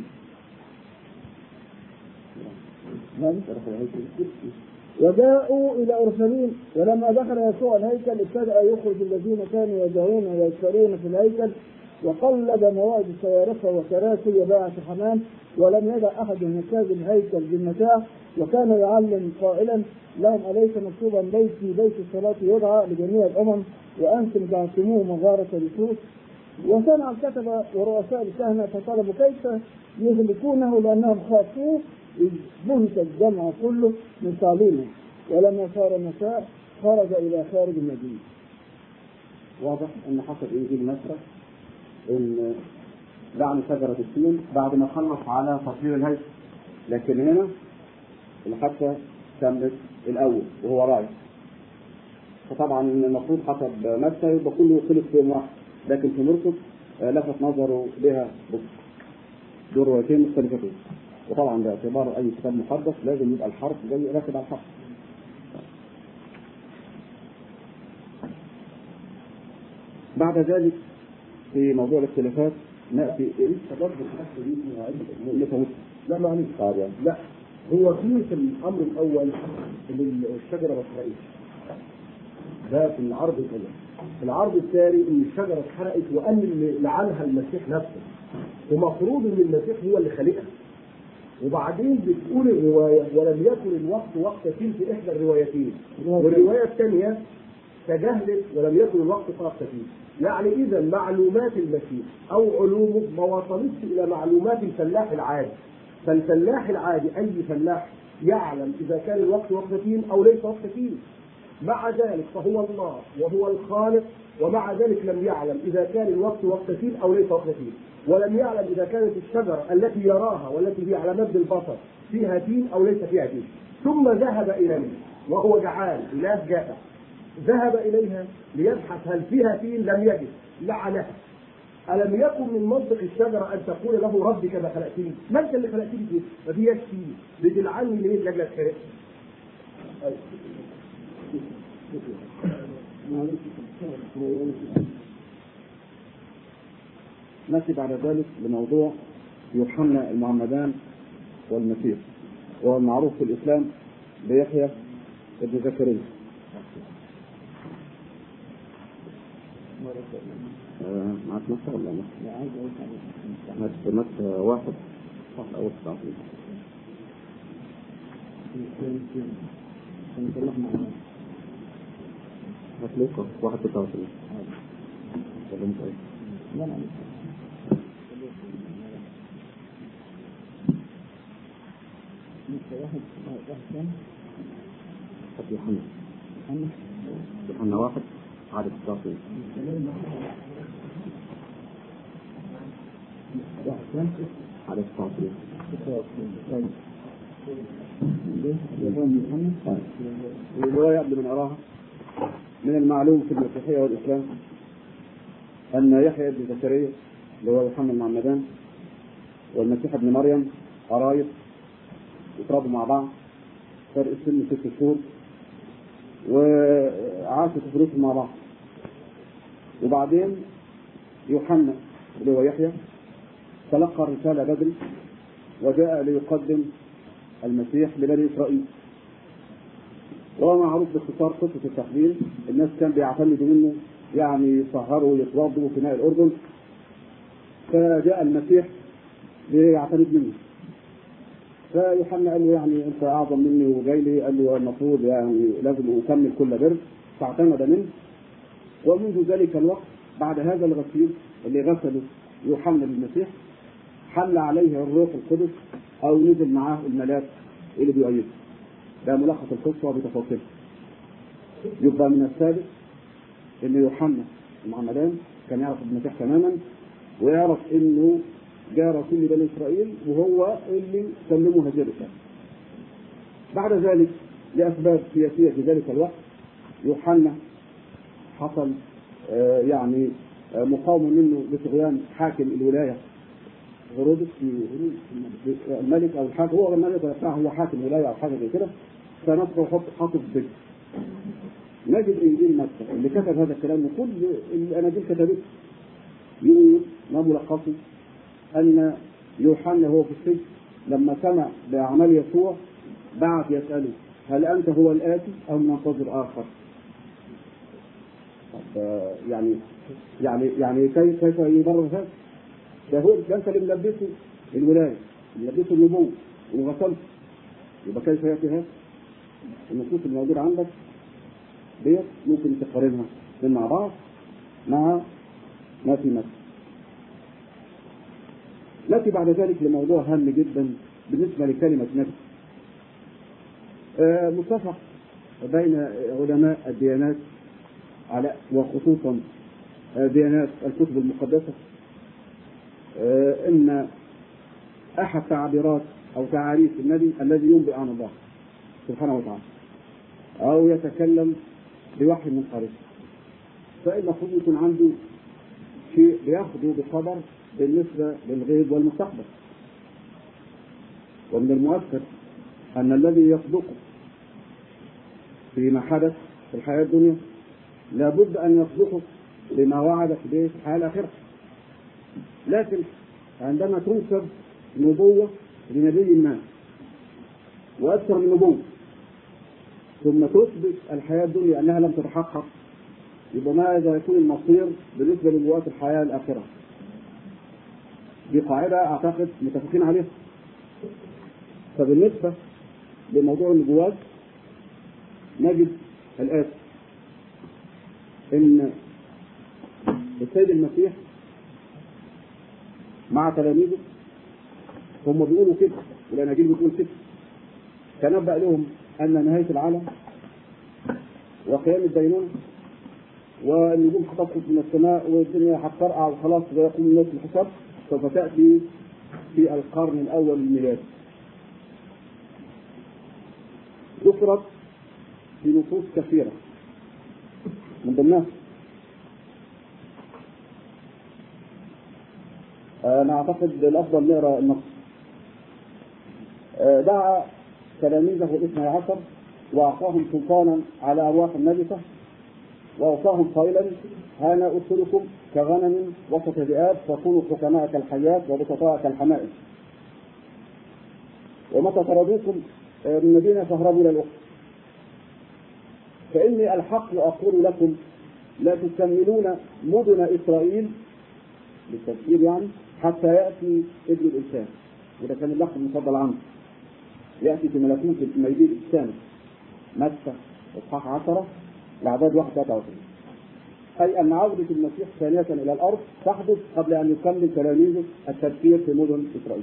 وجاءوا إلى أورشليم، ولما دخل يسوع الهيكل ابتدأ يخرج الذين كانوا يدعون ويشترون في الهيكل، وقلب مواد صوارفه وكراسي وباع حمام، ولم يدع أحد من نساج الهيكل بالمتاع، وكان يعلم قائلا لهم أليس مكتوبا بيتي بيت الصلاة يدعى لجميع الأمم وأنتم جعلتموه مغارة لصوص. وسمع الكتبة ورؤساء الكهنة فطلبوا كيف يهلكونه لأنهم خافوه، إذ بهت الجمع كله من تعليمه. ولما صار المساء خرج إلى خارج المدينة. واضح أن حسب إنجيل متى إن لعن شجرة التين بعد ما خلص على تطهير الهيكل، لكن هنا الحادثة كملت الأول وهو رايح. فطبعا المفروض حسب متى يبقى كله خلص في يوم واحد، لكن في مرقس لفت نظره بها دور روايتين مختلفتين. وطبعا باعتبار أي كتاب مقدس لازم يبقى الحرف زي راكب على الحرف. بعد ذلك في موضوع الاختلافات نأتي لسه برضه الحرف دي لسه لا معلش يعني. لا هو في في الامر الاول اللي الشجره ما اتحرقتش، ده في العرض الاول. في العرض الثاني ان الشجره اتحرقت وان اللي لعنها المسيح نفسه، ومفروض ان المسيح هو اللي خالقها. وبعدين بتقول الروايه ولم يكن الوقت وقت فيه في احدى الروايتين، والروايه الثانيه تجاهلت ولم يكن الوقت وقت فيه. يعني اذا معلومات المسيح او علومه ما وصلتش الى معلومات الفلاح العادي. فالفلاح العادي اي فلاح يعلم اذا كان الوقت وقتين او ليس وقتين. مع ذلك فهو الله وهو الخالق، ومع ذلك لم يعلم اذا كان الوقت وقتين او ليس وقتين، ولم يعلم اذا كانت الشجره التي يراها والتي هي على مد البصر فيها تين او ليس فيها تين. ثم ذهب اليه وهو جعان، اله جائع، ذهب اليها ليبحث هل فيها تين، لم يجد، لعنها. ألم يكن من منطق الشجرة أن تقول له ربي كما خلقتني؟ ما أنت اللي خلقتني فيه؟ ما فيهاش تين، بتلعني ليه لأجل أتحرق؟ نأتي بعد ذلك لموضوع يوحنا المعمدان والمسيح، وهو المعروف في الإسلام بيحيى ابن زكريا. معك مصر ولا لا؟ مصر واحد صح أو تسعة. هتلقى واحد تسعة. سلام طيب. لا لا. واحد واحد كم؟ يوحنا. يوحنا واحد عدد التعطيل. عدد التعطيل. الرواية قبل من أراها من المعلوم في المسيحية والإسلام أن يحيى بن زكريا اللي هو يوحنا المعمدان والمسيح ابن مريم قرايب يتربوا مع بعض، فرق السن ست شهور، وعاشوا طفولتهم مع بعض. وبعدين يوحنا اللي هو يحيى تلقى الرسالة بدري وجاء ليقدم المسيح لبني إسرائيل. وهو معروف باختصار قصة التحليل، الناس كان بيعتمدوا منه يعني يسهروا ويتوضوا في ماء الأردن، فجاء المسيح ليعتمد منه. فيوحنا قال له يعني أنت أعظم مني وجاي لي، قال له المفروض يعني لازم أكمل كل بر، فاعتمد منه. ومنذ ذلك الوقت بعد هذا الغسيل اللي غسله يوحنا للمسيح حل عليه الروح القدس أو نزل معاه الملاك اللي بيؤيده. ده ملخص القصة بتفاصيلها. يبقى من الثابت ان يوحنا المعمدان كان يعرف المسيح تماما، ويعرف انه جاء رسول بني اسرائيل وهو اللي سلمه هذه الرسالة. بعد ذلك لاسباب سياسيه في ذلك الوقت يوحنا حصل آه يعني آه مقاومه منه لطغيان حاكم الولايه هيرودس الملك او الحاكم، هو الملك بتاعه هو حاكم الولايه او حاجه زي كده، فنصره حط حاطط ضد. نجد انجيل متى اللي كتب هذا الكلام وكل الاناجيل كتبته يقول ما ملخصه أن يوحنا هو في السجن لما سمع بأعمال يسوع بعث يسأله هل أنت هو الآتي أو ننتظر آخر؟ يعني يعني يعني كيف كيف يبرر هذا؟ ده هو ده أنت اللي ملبسه الولاية، ملبسه النبوة وغسلته، يبقى كيف يأتي هذا؟ النصوص الموجودة عندك ديت ممكن تقارنها مع بعض مع ما في مثل. نأتي بعد ذلك لموضوع هام جدا بالنسبة لكلمة نبي. آه متفق بين علماء الديانات على وخصوصا آه ديانات الكتب المقدسة آه ان احد تعبيرات او تعاريف النبي الذي ينبئ عن الله سبحانه وتعالى او يتكلم بوحي من خارجه، فالمفروض يكون عنده شيء بياخده بخبر بالنسبة للغيب والمستقبل. ومن المؤكد أن الذي يصدقه فيما حدث في الحياة الدنيا لابد أن يصدقه بما وعدك به في الحياة الآخرة. لكن عندما تنسب نبوة لنبي ما وأكثر من نبوة ثم تثبت الحياة الدنيا أنها لم تتحقق، يبقى ماذا يكون المصير بالنسبة لنبوات الحياة الآخرة؟ دي قاعدة أعتقد متفقين عليها. فبالنسبة لموضوع النبوات نجد الآتي: إن السيد المسيح مع تلاميذه هم بيقولوا كده والأناجيل بتقول كده، تنبأ لهم أن نهاية العالم وقيام الدينونة والنجوم هتسقط من السماء والدنيا هتفرقع وخلاص ويقوم الناس بالحساب سوف تأتي في القرن الأول الميلادي. ذكرت في نصوص كثيرة من ضمنها أنا أعتقد الأفضل نقرأ النص. دعا تلاميذه الاثني عشر وأعطاهم سلطانا على أرواح النجسة وأوصاهم قائلا: ها أنا أرسلكم كغنم وسط ذئاب فكونوا حكماء كالحيات وبسطاء كالحمائم، ومتى طردوكم من مدينة فاهربوا إلى الأخرى، فإني الحق أقول لكم لا تكملون مدن إسرائيل بالتفسير يعني حتى يأتي ابن الإنسان. وده كان اللقب المفضل عنه، يأتي في ملكوت الميدين الثاني متى إصحاح عشرة الأعداد واحد ثلاثة وعشرين، أي أن عودة المسيح ثانية إلى الأرض تحدث قبل أن يكمل تلاميذه التفكير في مدن إسرائيل،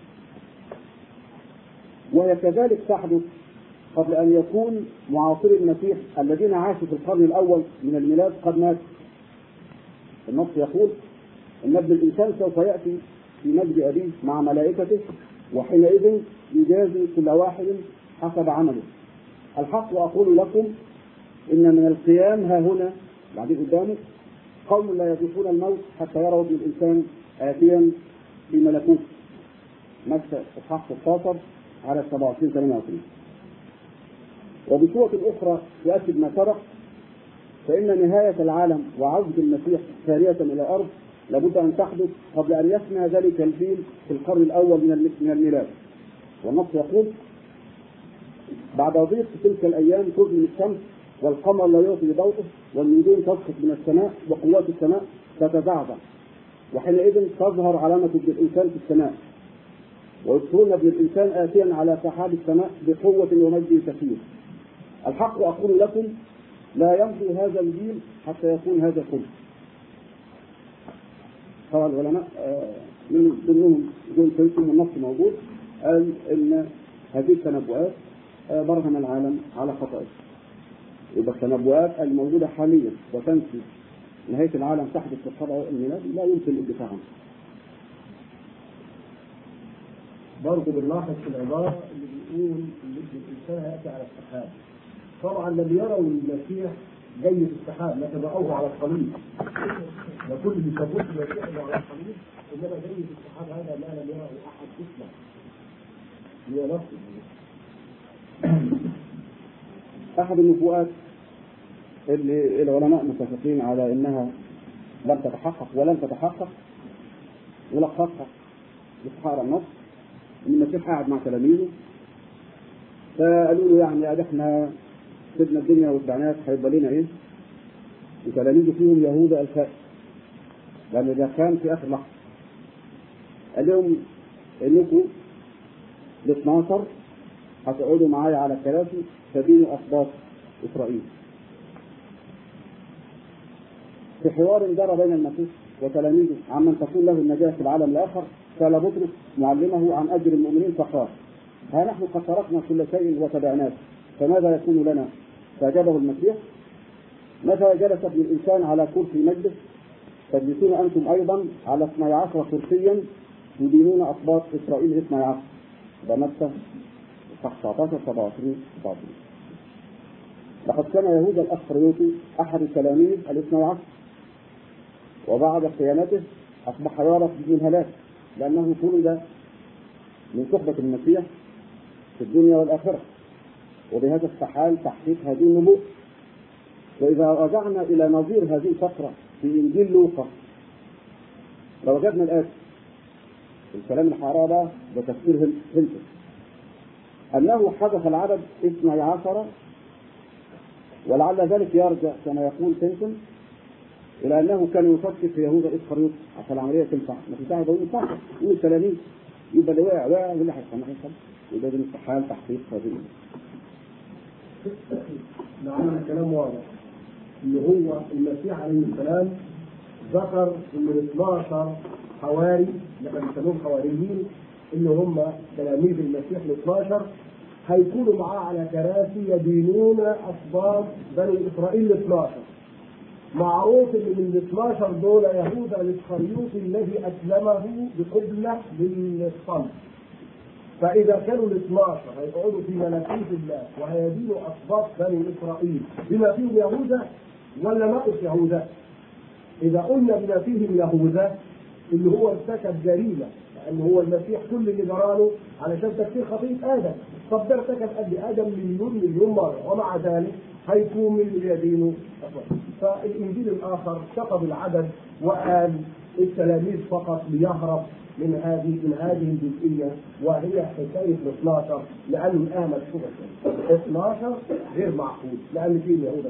وهي كذلك تحدث قبل أن يكون معاصري المسيح الذين عاشوا في القرن الأول من الميلاد قد ماتوا. النص يقول إن ابن الإنسان سوف يأتي في مجد أبيه مع ملائكته وحينئذ يجازي كل واحد حسب عمله. الحق أقول لكم إن من القيام ها هنا بعدين قدامه قوم لا يذوقون الموت حتى يروا ابن الإنسان آتيا في ملكوت. متى إصحاح ستة عشر على سبعة وعشرين ثمانية وعشرين. وبصورة أخرى يؤكد ما سبق، فإن نهاية العالم وعودة المسيح ثانية إلى الأرض لابد أن تحدث قبل أن يفنى ذلك الجيل في القرن الأول من الميلاد. والنص يقول: بعد ضيق تلك الأيام تظلم الشمس والقمر لا يعطي ضوءه والنجوم تسقط من السماء وقوات السماء تتزعزع، وحينئذ تظهر علامة ابن الإنسان في السماء، ويذكرون ابن الإنسان آتيا على سحاب السماء بقوة ومجد كثير. الحق أقول لكم لا يمضي هذا الجيل حتى يكون هذا كله. طبعا العلماء من ضمنهم جون سنسون والنص موجود قال ان هذه التنبؤات برهن العالم على خطئه. يبقى التنبؤات الموجودة حاليا وتنفي نهاية العالم تحدث في القرن الميلادي لا يمكن الدفاع عنها. برضه بنلاحظ في العبارة اللي بيقول ان ابن الإنسان هيأتي على السحاب. طبعا لم يروا المسيح جاي في السحاب لكن رأوه على الصليب، وكل اللي شافوه المسيح على الصليب انما جاي في السحاب هذا ما لم يره احد اسمه هو نفسه. أحد النبوءات اللي العلماء متفقين على أنها لم تتحقق ولن تتحقق ولخصها بصحارى النص ان المسيح قاعد مع تلاميذه فقالوا له يعني ادي احنا سيبنا الدنيا واتبعناك هيبقى لنا ايه؟ وتلاميذه فيهم يهوذا الخائف لان ده كان في اخر لحظه. قال لهم انكم الاثنى عشر هتقعدوا معايا على الكراسي تدينوا اسباط اسرائيل. في حوار جرى بين المسيح وتلاميذه عمن تكون له النجاة في العالم الآخر سأل بطرس معلمه عن أجر المؤمنين فقال ها نحن قد تركنا كل شيء وتبعناك فماذا يكون لنا؟ فأجابه المسيح متى جلس ابن الإنسان على كرسي مجلس تجلسون أنتم أيضا على اثني عشر كرسيا تدينون أسباط إسرائيل اثني عشر. ده متى تسعة عشر سبعة وعشرين تسعة وعشرين. لقد كان يهوذا الأسخريوطي أحد التلاميذ الاثني عشر وبعد قيامته أصبح يعرف بالهلاك لأنه طرد من صحبة المسيح في الدنيا والآخرة وبهذا استحال تحقيق هذه النبوءة. وإذا رجعنا إلى نظير هذه الفترة في إنجيل لوقا لوجدنا الآتي الكلام الحرارة بتفسير هنتس أنه حدث العدد اثني عشر ولعل ذلك يرجع كما يقول سيمسون إلى أنه كان يفكر في يهوذا الإسخريوطي عشان العملية تنفع ما تنفعش بقول ينفع يقول التلاميذ يبقى اللي واقع واقع واللي هيصنع يصنع يبقى ده استحال تحقيق هذه. نعم الكلام واضح اللي هو المسيح عليه السلام ذكر ان ال اثني عشر حواري اللي كانوا بيسموهم حواريين اللي هم تلاميذ المسيح ال اثني عشر هيكونوا معاه على كراسي يدينون اسباط بني اسرائيل ال اثني عشر. معروف ان من ال اثني عشر دول يهوذا الاسخريوطي الذي اسلمه بقبله للصلب. فاذا كانوا ال اثني عشر هيقعدوا في ملكوت الله وهيدينوا اسباط بني اسرائيل بما فيهم يهوذا ولا ناقص يهوذا؟ اذا قلنا بما فيهم يهوذا اللي هو ارتكب جريمه لان هو المسيح كل اللي جراله علشان تكفير خطيئه ادم. طب ده ارتكب قد ادم مليون مليون مره ومع ذلك هيكون من اللي يدينه أسباط. فالانجيل الاخر سقط العدد وقال التلاميذ فقط ليهرب من هذه من هذه الجزئيه وهي حكايه ال اثني عشر لان الان مكتوبه اثني عشر غير معقول لان فيه يهوذا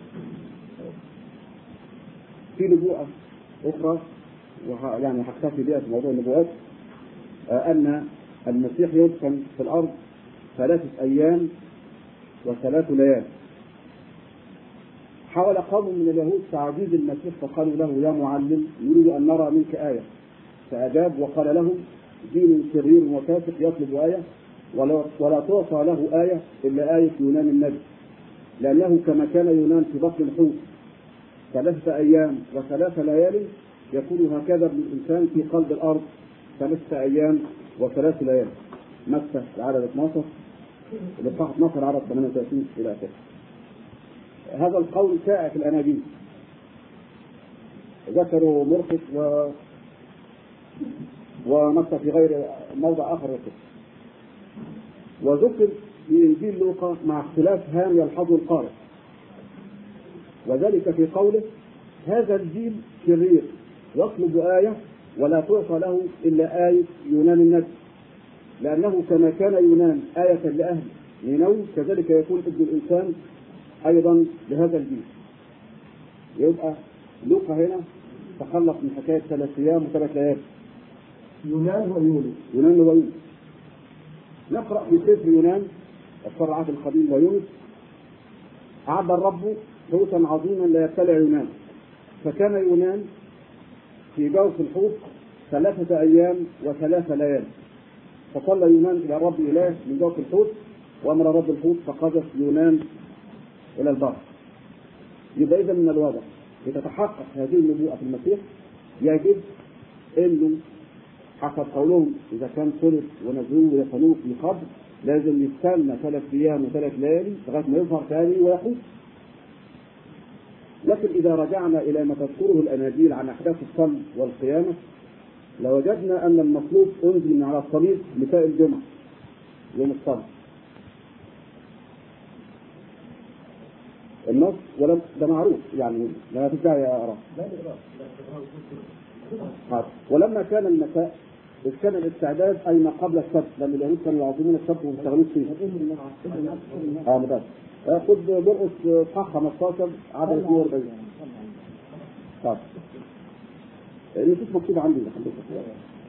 في نبوءة أخرى يعني هكتفي بها في موضوع النبوءات أن المسيح يدفن في الأرض ثلاثة أيام وثلاث ليال. حاول قوم من اليهود تعجيز المسيح فقالوا له يا معلم نريد أن نرى منك آية فأجاب وقال لهم دين شرير وفاسق يطلب آية ولا, ولا تعطى له آية إلا آية يونان النبي لأنه كما كان يونان في بطن الحوت ثلاثة أيام وثلاث ليالي يكون هكذا ابن الإنسان في قلب الأرض ثلاثة أيام وثلاث ليالي. متى العدد اثني عشر الإصحاح اثني عشر عدد ثمانية وثلاثين إلى آخره. هذا القول شائع في الأناجيل ذكروا مرقس و ومتى في غير موضع آخر يذكر وذكر في إنجيل لوقا مع اختلاف هام يلحظه القارئ وذلك في قوله هذا الجيل شرير يطلب آية ولا تعطى له إلا آية يونان النبي لأنه كما كان يونان آية لأهل نينوى كذلك يكون ابن الإنسان أيضا لهذا الجيل. يبقى لوقا هنا تخلص من حكاية ثلاث أيام وثلاث ليالي. يونان ويونس يونان ويونس. نقرأ في سفر يونان الشرعات القديم ويونس أعد الرب حوتا عظيما لا يبتلع يونان فكان يونان في جوف الحوت ثلاثة أيام وثلاث ليالي فصلى يونان إلى رب إله من جوف الحوت وأمر رب الحوت فقذف يونان إلى البر. يبقى إذا من الواضح لتتحقق هذه النبوءة في المسيح يجب إنه حسب قولهم إذا كان صلب ونزلوه ويصلوه في قبر لازم يستنى ثلاث أيام وثلاث ليالي لغاية ما يظهر ثاني ويحوط. لكن إذا رجعنا إلى ما تذكره الأناجيل عن أحداث الصلب والقيامة لوجدنا أن المطلوب أنزل من على الصليب مساء الجمعة يوم الصلب النص ولم ده معروف يعني لا تدعي يا أرى. ولما كان المساء إذ كان الاستعداد أي ما قبل السبت، لأن اليهود كانوا يعظمون السبت ويشتغلون فيه. اه مدام خد برقص صح خمستاشر عدد اثنين وأربعين. طيب نشوف مكتوب عندي حضرتك.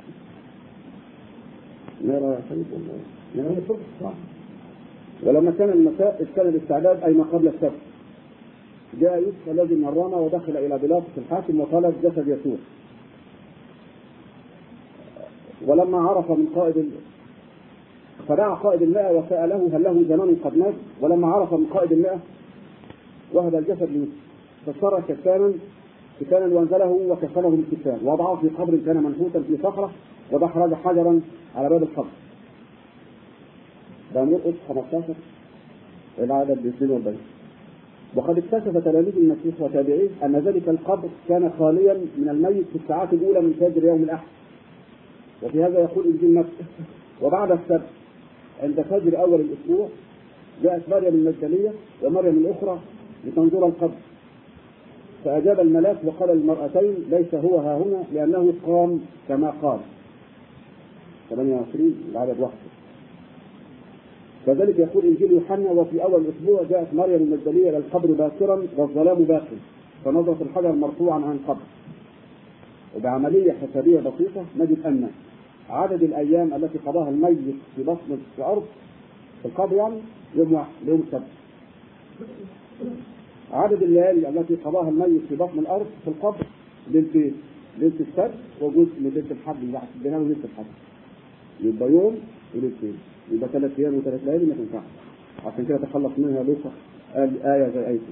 نرى يا سيد والله. نرى صح. ولما كان المساء إذ كان الاستعداد أي ما قبل السبت، جاء يوسف الذي مرنا ودخل إلى بيلاطس الحاكم وطلب جسد يسوع. ولما عرف من قائد ال... فدعا قائد المئة وسأله هل له زمان قد مات. ولما عرف من قائد المئة وهب الجسد ليوسف، فصار كتانا كتانا وانزله وكفنه بالكتان ووضعه في قبر كان منحوتا في صخرة ودحرج حجرا على باب القبر. ده مرقس خمستاشر العدد اثنين وأربعين. وقد اكتشف تلاميذ المسيح وتابعيه أن ذلك القبر كان خاليا من الميت في الساعات الأولى من فجر يوم الأحد. وفي هذا يقول إنجيل متى: وبعد السبت عند فجر أول الأسبوع جاءت مريم المجدلية ومريم الأخرى لتنظر القبر، فأجاب الملاك وقال للمرأتين: ليس هو ها هنا، لأنه قام كما قال. ثمانية وعشرين العدد واحد. كذلك يقول إنجيل يوحنا: وفي أول الأسبوع جاءت مريم المجدلية إلى القبر باكرا والظلام باق، فنظرت الحجر مرفوعا عن القبر. وبعملية حسابية بسيطة نجد أن عدد الأيام التي قضاها الميت في بطن الأرض في القبر يعني يوم واحد يوم السبت. عدد الليالي التي قضاها الميت في بطن الأرض في القبر ليلتين، ليلة السبت وجزء من ليلة الحد اللي بينها ليلة الحد، يبقى يوم وليلتين، يبقى ثلاث أيام وثلاث ليالي ما تنفعش. عشان كده تخلص منها لوقا قال آية زي آية.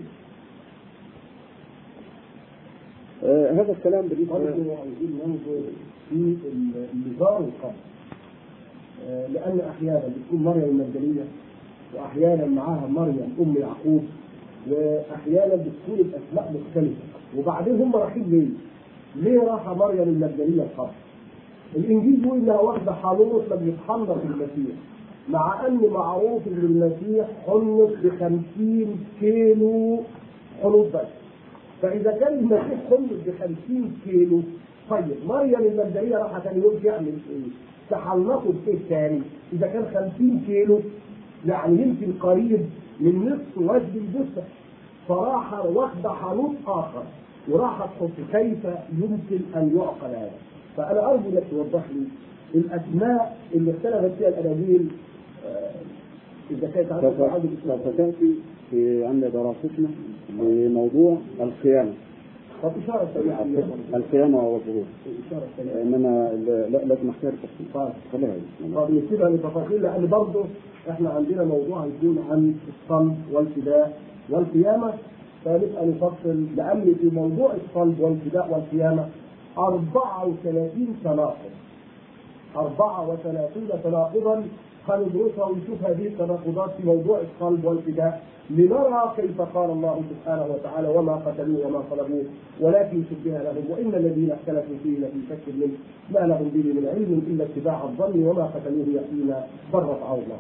آه هذا الكلام بالنسبة عايزين ننظر في النظام القبر، آه لأن أحيانا بتكون مريم المجدلية وأحيانا معاها مريم أم يعقوب، وأحيانا بتكون الأسماء مختلفة. وبعدين هم رايحين ليه؟ ليه راح مريم المجدلية القبر؟ الإنجيل بيقول إنها واحدة حانوت لم يتحنط المسيح، مع أن معروف إن المسيح حنط بخمسين كيلو حنوط بس. فإذا كان المسيح حنط بخمسين كيلو، طيب مريم المجدلية راح ثاني يوم تعمل إيه؟ تحنطوا بإيه تاني؟ إذا كان خمسين كيلو يعني يمكن قريب من نصف وزن الجثة، فراح واخدة حانوت آخر وراح تحط. كيف يمكن أن يعقل هذا؟ فأنا أرجو أنك توضح لي الأسماء اللي اختلفت فيها الأناجيل. إذا كانت عندك سوف تأتي في عند دراستنا لموضوع القيامة. طب إشارة سريعة. القيامة والظهور. إشارة سريعة. إنما لا لازم أحتاج تفصيل. طيب. خليها. طب نسيبها للتفاصيل، لأن برضه إحنا عندنا موضوع هيكون عن الصلب والفداء والقيامة، فنبقى نفصل. لأن في موضوع الصلب والفداء والقيامة أربعة وثلاثين تناقض، أربعة وثلاثين تناقضا هندرسها ونشوف هذه التناقضات في موضوع الصلب والفداء، لنرى كيف قال الله سبحانه وتعالى: وما قتلوه وما صلبوه ولكن شبه لهم وإن الذين اختلفوا فيه لفي شك منه ما لهم به من علم إلا اتباع الظن وما قتلوه يقينا بل رفعه الله.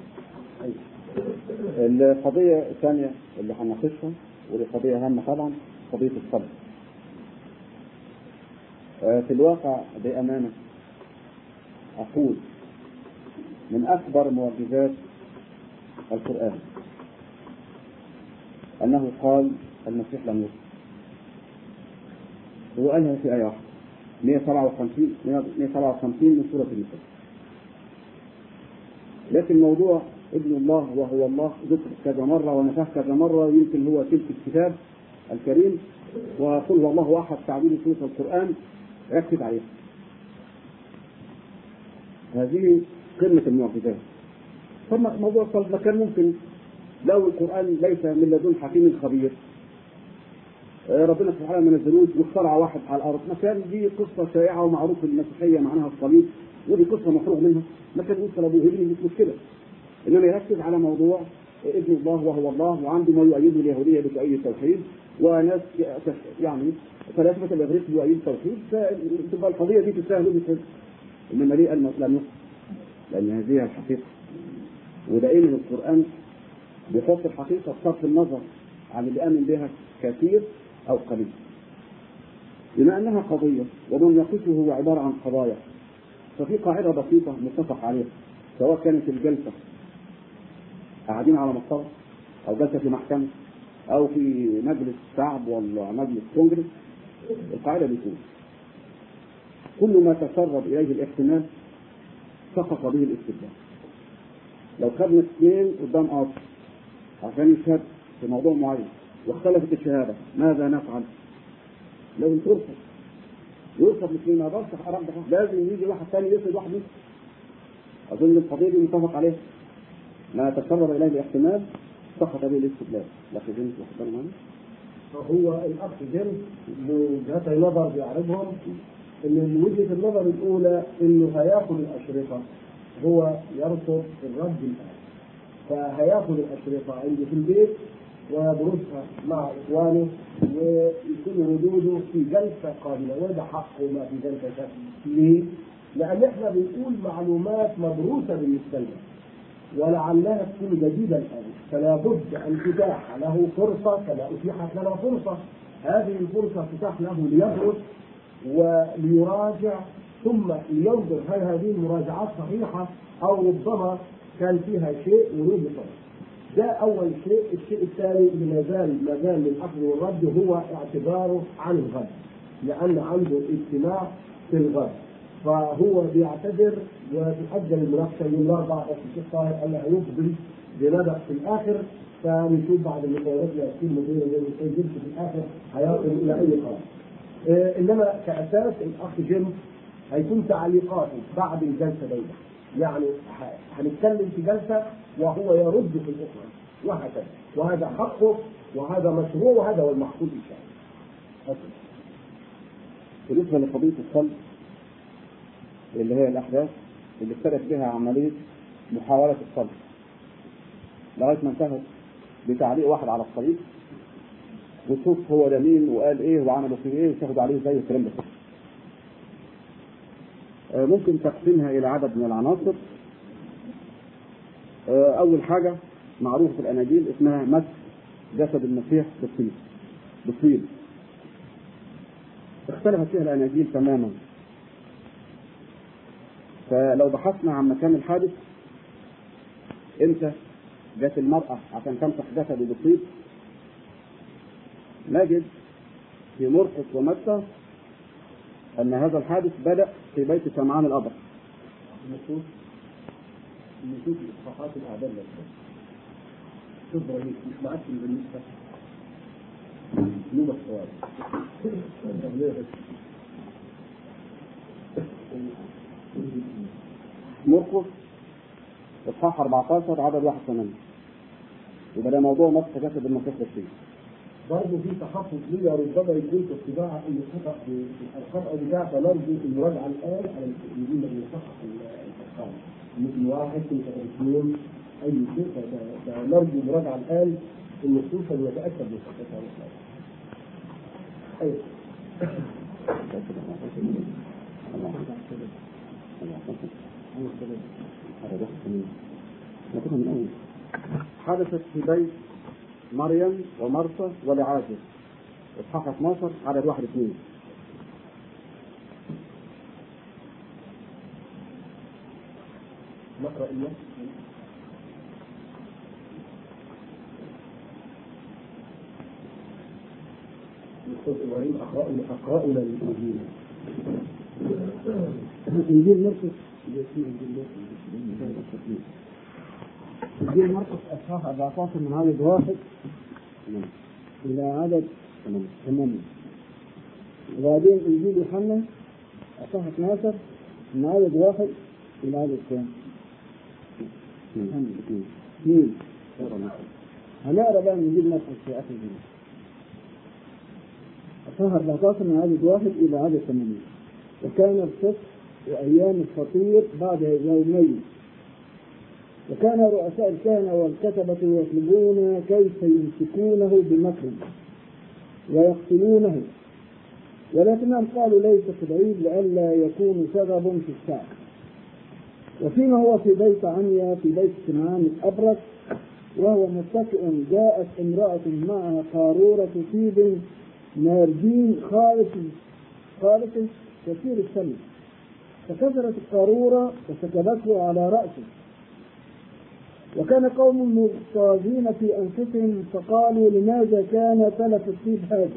القضية الثانية اللي هنناقشها ودي قضية هامة طبعا، قضية الصلب. في الواقع بأمانة أقول من أكبر معجزات القرآن أنه قال المسيح لم يصلب. هو قالها في آية واحدة مئة وسبعة وخمسين من سورة النساء. لكن موضوع ابن الله وهو الله ذكر كذا مرة ونفاه كذا مرة، ويمكن هو تلك الكتاب الكريم وقل هو الله أحد تعبير سورة القرآن ركز عليها. هذه قمة المعجزات. ثم موضوع الصلب كان ممكن لو القرآن ليس من لدن حكيم خبير، ربنا سبحانه ما نزلوش واخترع واحد على الأرض، ما كان دي قصة شائعة ومعروف المسيحية معناها الصليب، ودي قصة مفروغ منها، ما كان يقول صلبوه، هذه مش مشكلة. إنما يركز على موضوع ابن الله وهو الله، وعنده ما يؤيده اليهودية بتؤيد التوحيد، وناس يعني فلاسفة الإغريق يؤيد التوحيد، فتبقى القضية دي تسهل بسهل. إنما ليه لم يصل؟ لأن هذه الحقيقة، ودائما القرآن بيحط الحقيقة بصرف النظر عن اللي آمن بها كثير أو قليل. بما أنها قضية ومناقشه هو عبارة عن قضايا، ففي قاعدة بسيطة متفق عليها، سواء كانت الجلسة قاعدين على مصطلح أو جلسة في محكمة أو في مجلس شعب ولا مجلس كونجرس، القاعدة بتقول كل ما تسرب إليه الاحتمال سقط به الاستدلال. لو خدنا اثنين قدام قاضي عشان يشهد في موضوع معين واختلفت الشهادة، ماذا نفعل؟ لازم ترفض يرفض مثل ما برشح حرام ده، لازم يجي واحد ثاني يسند واحد منه. أظن القضية دي متفق عليها، ما تسرب إليه الاحتمال سقط به الاستدلال. لكن جنس واحد معنا فهو الأخ جيمس بوجهتي نظر بيعرضهم إن من وجهة النظر الأولى إنه هياخد الأشرطة، هو يرفض الرد الآن، فهياخد الأشرطة عنده في البيت ويدرسها مع إخوانه ويكون ردوده في جلسة قابلة، وده حقه ما في جلسة شكل. ليه؟ لأن إحنا بنقول معلومات مدروسة بالنسبة لنا ولعلها تكون جديدة الآن، فلا بد أن تتاح له فرصة كما أتيحت لنا فرصة. هذه الفرصة تتاح له ليدرس وليراجع ثم لينظر هل هذه المراجعات صحيحة أو ربما كان فيها شيء ورود صحيح. ده أول شيء. الشيء الثاني اللي ما زال ما زال للأخذ والرد هو اعتباره عن الغد، لأن عنده اجتماع في الغد، فهو بيعتذر وتؤجل المناقشة يوم الأربعاء. بس الشيخ طاهر قال له هيفضل بندق في الآخر، فنشوف بعد المقاولات اللي هتكون مديرة زي ما قلت في الآخر هيصل إلى أي قرار. إيه إنما كأساس الأخ جيم هيكون تعليقاته بعد الجلسة دي، يعني هنتكلم في جلسة وهو يرد في الأخرى وهكذا، وهذا حقه وهذا مشروع وهذا هو المحصول إن شاء الله. بالنسبة لقضية الصلب اللي هي الأحداث اللي ابتدت بها عملية محاولة الصلب لغاية ما انتهت بتعليق واحد على الصليب وشوف هو ده مين وقال ايه وعملوا فيه ايه وتاخدوا عليه زي الكلام ده. ممكن تقسيمها إلى عدد من العناصر. أول حاجة معروفة في الأناجيل اسمها مس جسد المسيح بالطين بالطين. اختلفت فيها الأناجيل تماما، فلو بحثنا عن مكان الحادث امتى جت المرأة عشان تمسح جسده بالطين نجد في مرقس ومتى أن هذا الحادث بدأ في بيت سمعان الأبرص. النصوص النصوص الإصحاحات الأعداد للناس تظهر ليك مش معاك بالنسبة نوبة الصواب. مرقس إصحاح أربعة عشر عدد واحد وثمانين يبقى ده موضوع مسح جسد المسيح بالطين. برضه في تخصص ليا ربما يكون في الطباعة إن الخطأ في الخطأ بتاع فنرجو المراجعة الآن على الإنجيل اللي يصحح الأرقام مثل واحد اثنين أي شيء، فنرجو المراجعة الآن النصوص اللي يتأكد من صحتها. أيوه. حدثت في بيت مريم ومرثا ولعازر اصحاح اثناشر عدد واحد اثنين. نقرأ إياه. الأستاذ إبراهيم أقرأنا أقرأنا الإنجيل. إنجيل مرقس إنجيل مرقس أصحاح أربعة عشر من عدد واحد إلى عدد ثمانية. وبعدين إنجيل يوحنا أصحاح اثنا عشر من عدد واحد إلى عدد كام؟ اثنين. هنقرأ بقى إنجيل مرقس في آخر الجزء. أصحاح أربعة عشر من عدد واحد إلى عدد ثمانية. وكان الفصح وأيام الفطير بعد يومين، وكان رؤساء الكهنة والكتبة يطلبون كيف يمسكونه بمكر ويقتلونه، ولكنهم قالوا ليس في العيد لئلا يكون سبب في الشعب. وفيما هو في بيت عنيا في بيت سمعان الأبرص وهو متكئ جاءت امرأة معها قارورة طيب نارجين خالص خالص كثير الثمن، فكسرت القارورة وسكبته على رأسه. وكان قوم مغتاظين في أنفسهم فقالوا لماذا كان تلف الطيب هذا؟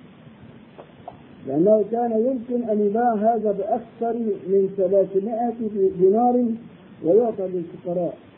لأنه كان يمكن أن يباع هذا بأكثر من ثلاثمائة دينار ويعطى للفقراء.